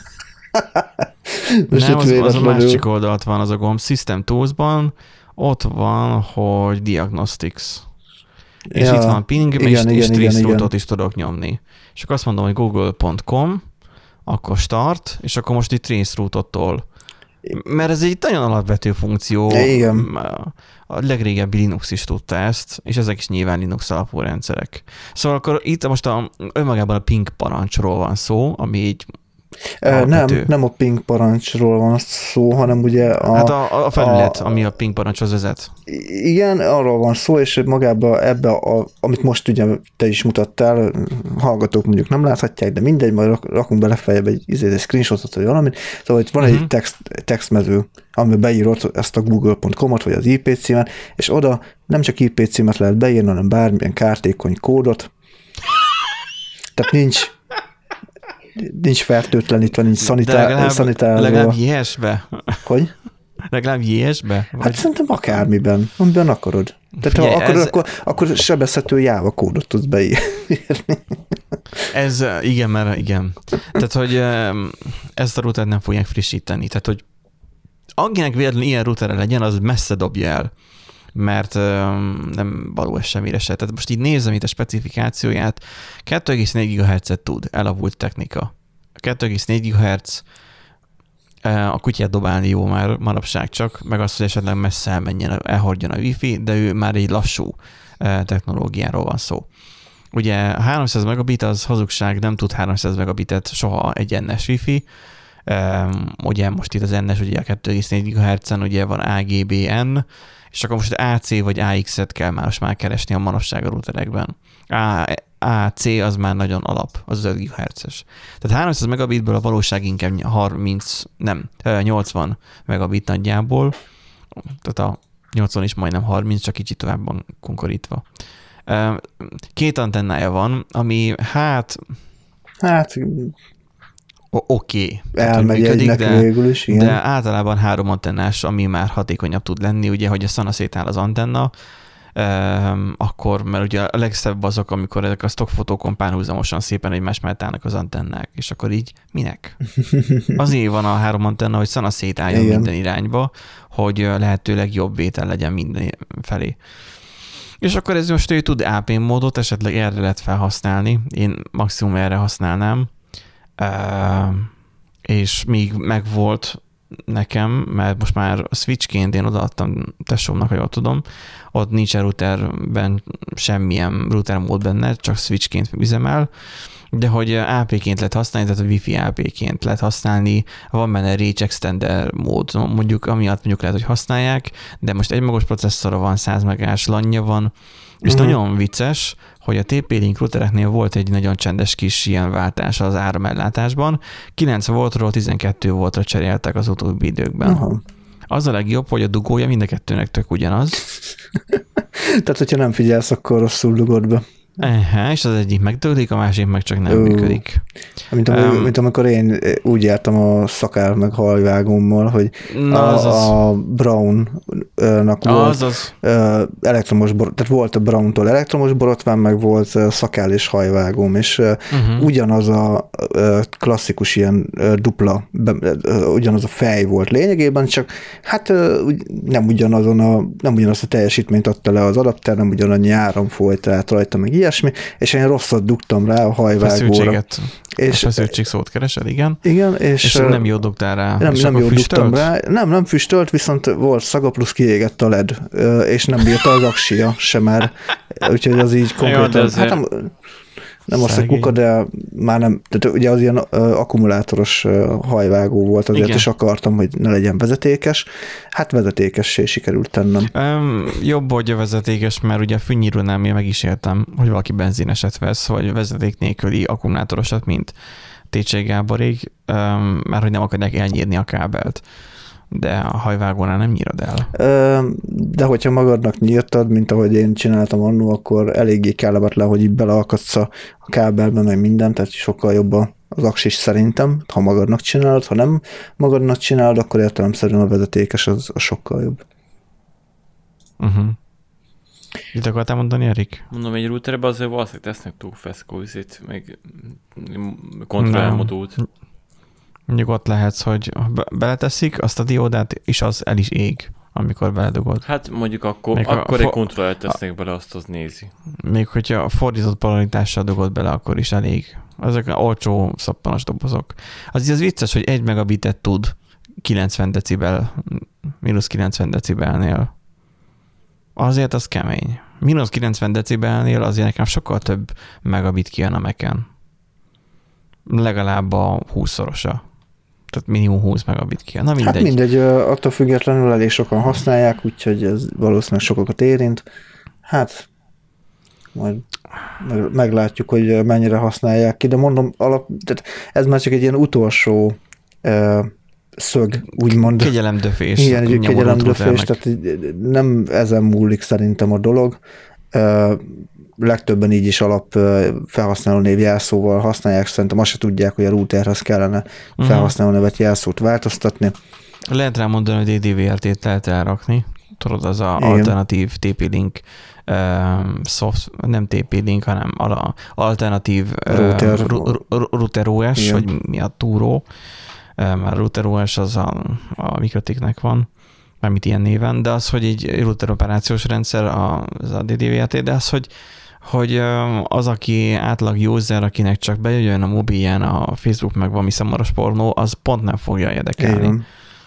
Nem, az, az a másik oldalt van az a gomb. System Tools-ban ott van, hogy Diagnostics. És ja, itt van ping, igen, és, igen, és traceroute-ot is tudok nyomni. És akkor azt mondom, hogy google pont com, akkor start, és akkor most itt traceroute-tól. Mert ez egy nagyon alapvető funkció. Igen. A legrégebbi Linux is tudta ezt, és ezek is nyilván Linux alapú rendszerek. Szóval akkor itt most a, önmagában a ping parancsról van szó, ami így nem, nem a ping parancsról van szó, hanem ugye a... Hát a, a felület, a, ami a ping parancshoz vezet. Igen, arról van szó, és magába ebbe, a, amit most ugye te is mutattál, hallgatók mondjuk nem láthatják, de mindegy, majd rakunk bele feljebb egy, egy screenshotot, vagy valamit. Szóval itt van uh-huh. egy text, textmező, amiben beírod ezt a google pont com-ot, vagy az I P címet, és oda nem csak I P címet lehet beírni, hanem bármilyen kártékony kódot. Tehát nincs nincs fertőtlenítve, nincs szanitár, szanitárolva. Legalább jé-esbe. Hogy? Legalább jé-esbe? Vagy... Hát szerintem akármiben, amiben akarod. Tehát Figyelj, ha akarod, ez... akkor, akkor sebezhető Java kódot tudsz beírni. Ez, igen, mert igen. Tehát, hogy ezt a routert nem fogják frissíteni. Tehát, hogy akinek véletlenül ilyen routere legyen, az messze dobja el, mert nem való ez semmire se. Tehát most így nézem itt a specifikációját, kettő egész négy gigahertzet tud, elavult technika. kettő egész négy gigahertz, a kutyát dobálni jó már manapság csak, meg az, hogy esetleg messze elmenjen, elhordjon a wifi, de ő már egy lassú technológiáról van szó. Ugye háromszáz megabit az hazugság, nem tud háromszáz megabitet soha egy en es wifi. Ugye most itt az en es, ugye a kettő egész négy gigahertzen ugye van á gé bé en, és akkor most á cé vagy á iksz-et kell már most már keresni a manapság a routerekben. á cé az már nagyon alap, az öt gigahertzes. Tehát háromszáz megabitből a valóság inkább harminc, nem, nyolcvan megabit nagyjából, tehát a nyolcvan is majdnem harminc, csak kicsit tovább van konkorítva. Két antennája van, ami hát... Hát... Oké. Okay. Elmegy egynek de, végül is, igen. De általában három antennás, ami már hatékonyabb tud lenni, ugye, hogy a szana szétáll az antenna, um, akkor, mert ugye a legszebb azok, amikor ezek a stockfotókon párhuzamosan szépen egymás mellett állnak az antennák, és akkor így minek? Azért van a három antenna, hogy szana szétálljon igen. minden irányba, hogy lehetőleg jobb vétel legyen minden felé. És akkor ez most ő tud á pé módot, esetleg erre lehet felhasználni, én maximum erre használnám. Uh, és még megvolt nekem, mert most már switchként én odaadtam tesómnak, ha jól tudom, ott nincs a routerben semmilyen router mód benne, csak switchként üzemel, de hogy á pé-ként lehet használni, tehát a Wi-Fi á pé-ként lehet használni, van benne Reach Extender mód, mondjuk amiatt mondjuk lehet, hogy használják, de most egy magos processzora van, száz megás lanja van, és uh-huh. nagyon vicces, hogy a té pé-Link routereknél volt egy nagyon csendes kis ilyen váltás az áramellátásban. kilenc voltról tizenkettő voltra cseréltek az utóbbi időkben. Uh-huh. Az a legjobb, hogy a dugója mind a kettőnek tök ugyanaz. Tehát, hogyha nem figyelsz, akkor rosszul dugod be. Ehe, és az egyik megdőlik, a másik meg csak nem uh, működik. Mint, um, mint amikor én úgy jártam a szakál meg hajvágommal, hogy a, az az... a Brown Brownnak volt az. elektromos borotvány, tehát volt a Browntól elektromos borotvány, meg volt szakál és hajvágóm, és uh-huh. ugyanaz a klasszikus ilyen dupla, ugyanaz a fej volt lényegében, csak hát nem ugyanazon a, nem ugyanaz a teljesítményt adta le az adapter, nem ugyanannyi áram folyt át rajta, meg ilyesmi, és én rosszat dugtam rá a hajvágóra. És a feszültség szót keresed, igen. Igen, és, és nem jó dugtál rá. Nem, nem jó dugtam rá. Nem, nem füstölt, viszont volt szaga, plusz kiégett a led, és nem bírta az aksia sem már. Úgyhogy az így konkrétan... Jó, hát nem, nem azt, hogy kuka, de már nem... Tehát ugye az ilyen akkumulátoros hajvágó volt azért, igen. És akartam, hogy ne legyen vezetékes. Hát vezetékessé sikerült tennem. Um, jobb, hogy a vezetékes, mert ugye a fűnyírónál még meg is éltem, hogy valaki benzineset vesz, vagy vezeték nélküli akkumulátorosat, mint Técsei Gáborék, um, mert hogy nem akarják elnyírni a kábelt. De a hajvágónál nem nyírod el. De hogyha magadnak nyírtad, mint ahogy én csináltam annó, akkor eléggé kellemetlen, hogy így beleakadsz a kábelbe, meg mindent, tehát sokkal jobb az aksis szerintem, ha magadnak csinálod, ha nem magadnak csinálod, akkor értelemszerűen a vezetékes az, az sokkal jobb. Uh-huh. Mit akartál mondani, Erik? Mondom, egy routerben azért valószínűleg tesznek túl feszkózit, meg kontrollmodult. Nyugodt lehetsz, hogy beleteszik azt a diódát, és az el is ég, amikor beledugod. Hát mondjuk akkor, még akkor a, egy kontrollert tesznek bele, azt az nézi. Még hogyha a fordított polaritással dugod bele, akkor is elég. Ezek olcsó szappanos dobozok. Az az vicces, hogy egy megabitet tud kilencven decibel, mínusz kilencven decibelnél. Azért az kemény. Mínusz kilencven decibelnél azért nekem sokkal több megabit kijön a Mac-en. Legalább a húszszorosa. Tehát minimum húsz megabit kijön. Na mindegy. Hát mindegy, attól függetlenül elég sokan használják, úgyhogy ez valószínűleg sokakat érint. Hát majd meglátjuk, hogy mennyire használják ki, de mondom, alap, tehát ez már csak egy ilyen utolsó uh, szög, úgymond. Kegyelemdöfés. Igen, egy kegyelemdöfés, tehát nem ezen múlik szerintem a dolog. Uh, legtöbben így is alap felhasználó név jelszóval használják, szerintem azt se tudják, hogy a routerhez kellene felhasználó nevet jelszót változtatni. Lehet rá mondani, hogy dé dé vé er té-t lehet elrakni. Tudod, az a alternatív té pé-link uh, soft, nem té pé-link, hanem a alternatív router, uh, router o es, igen. Vagy mi a túró. Uh, már router o es az a, a Mikrotiknek van, mármint ilyen néven, de az, hogy egy router operációs rendszer, az a dé dé vé er té, de az, hogy hogy az, aki átlag user, akinek csak bejöjjön a mobilján a Facebook meg valami szamaros pornó, az pont nem fogja érdekelni.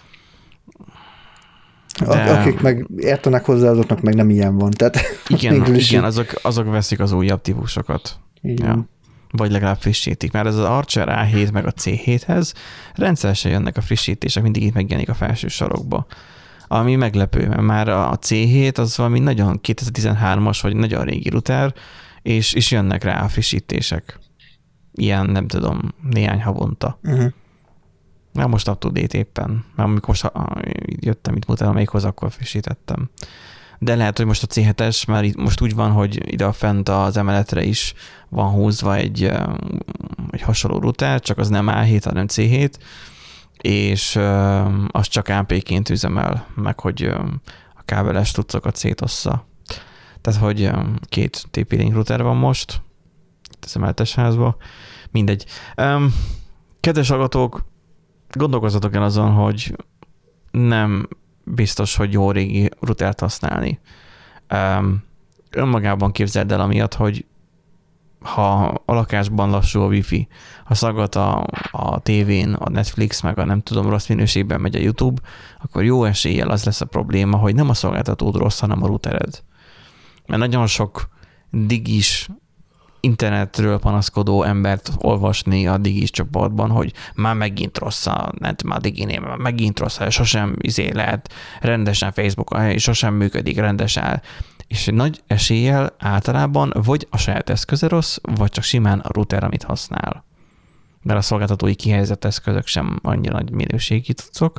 De... Akik meg értenek hozzá, azoknak meg nem ilyen van. Tehát igen, igen azok, azok veszik az újabb típusokat. Ja. Vagy legalább frissítik. Mert ez az Archer á hét meg a cé héthez rendszeresen jönnek a frissítések, mindig itt megjelenik a felső sarokba. Ami meglepő, mert már a cé hét az valami nagyon kétezer-tizenhármas, vagy nagyon régi router, és, és jönnek rá a frissítések. Ilyen, nem tudom, néhány havonta. Uh-huh. Na most up-to-date éppen. Mert amikor jöttem itt Mutalamékhoz, akkor frissítettem. De lehet, hogy most a cé hetes már itt most úgy van, hogy ide a fent az emeletre is van húzva egy, egy hasonló router, csak az nem á hét, hanem cé hét, és az csak á pé-ként üzemel, meg hogy a kábeles tucokat szétossza. Tehát, hogy két té pé-link router van most, itt az emeletes házban. Mindegy. Kedves hallgatók, gondolkozzatok el azon, hogy nem biztos, hogy jó régi routert használni. Önmagában képzeld el amiatt, hogy ha a lakásban lassú a wifi, ha szaggat a, a tévén, a Netflix, meg a nem tudom, rossz minőségben megy a YouTube, akkor jó eséllyel az lesz a probléma, hogy nem a szolgáltatód rossz, hanem a routered. Mert nagyon sok digis internetről panaszkodó embert olvasni a digis csoportban, hogy már megint rossz a, nem tudom, a diginél, már megint rossz, sosem izé lehet rendesen Facebookon, és sosem működik rendesen. És egy nagy eséllyel általában vagy a saját eszköze rossz, vagy csak simán a router, amit használ. Mert a szolgáltatói kihelyezett eszközök sem annyira nagy minőségi cuccok.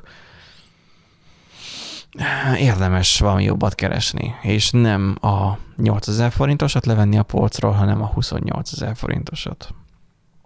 Érdemes valami jobbat keresni, és nem a nyolcezer forintosat levenni a polcról, hanem a huszonnyolcezer forintosat.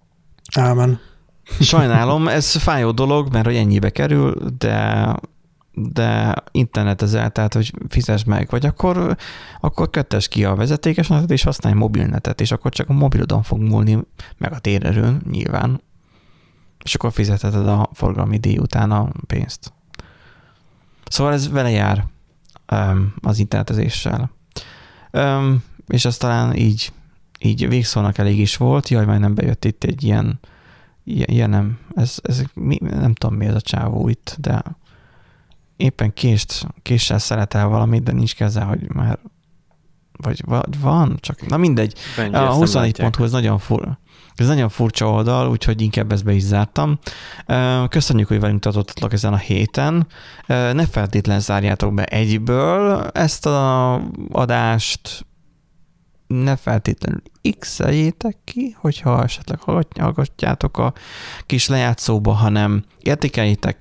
Ámen. Sajnálom, ez fájó dolog, mert hogy ennyibe kerül, de, de internetezel, tehát hogy fizes meg, vagy akkor, akkor köttes ki a vezetékes netet, és használj mobilnetet, és akkor csak a mobilodon fog múlni, meg a térerőn nyilván, és akkor fizetheted a forgalmi díj után a pénzt. Szóval ez vele jár um, az internetezéssel. Um, és az talán így, így végszónak elég is volt. Jaj, majd nem bejött itt egy ilyen, ilyen, ilyen nem, ez, ez, mi, nem tudom mi ez a csávó itt, de éppen kést, késsel szeretel valamit, de nincs keze, hogy már vagy van, csak na mindegy. Benji, a huszonnégy pont hu ez nagyon fur, ez nagyon furcsa oldal, úgyhogy inkább ezt be is zártam. Köszönjük, hogy velünk tartottatok ezen a héten. Ne feltétlen zárjátok be egyből ezt az adást, ne feltétlenül x-eljétek ki, hogyha esetleg hallgatjátok a kis lejátszóba, hanem értékeljétek.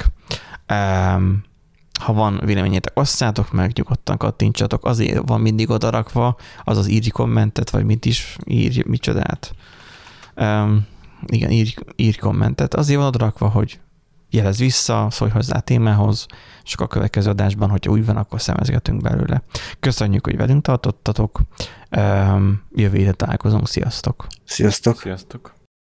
Ha van véleményétek, osszátok meg, nyugodtan kattintsatok. Azért van mindig odarakva, azaz írj kommentet, vagy mit is írj, micsodát. Um, igen, írj, írj kommentet. Azért van odarakva, hogy jelezz vissza, szólj hozzá a témához, és akkor a következő adásban, hogyha úgy van, akkor szemezgetünk belőle. Köszönjük, hogy velünk tartottatok. Um, jövő héten találkozunk. Sziasztok! Sziasztok! Sziasztok!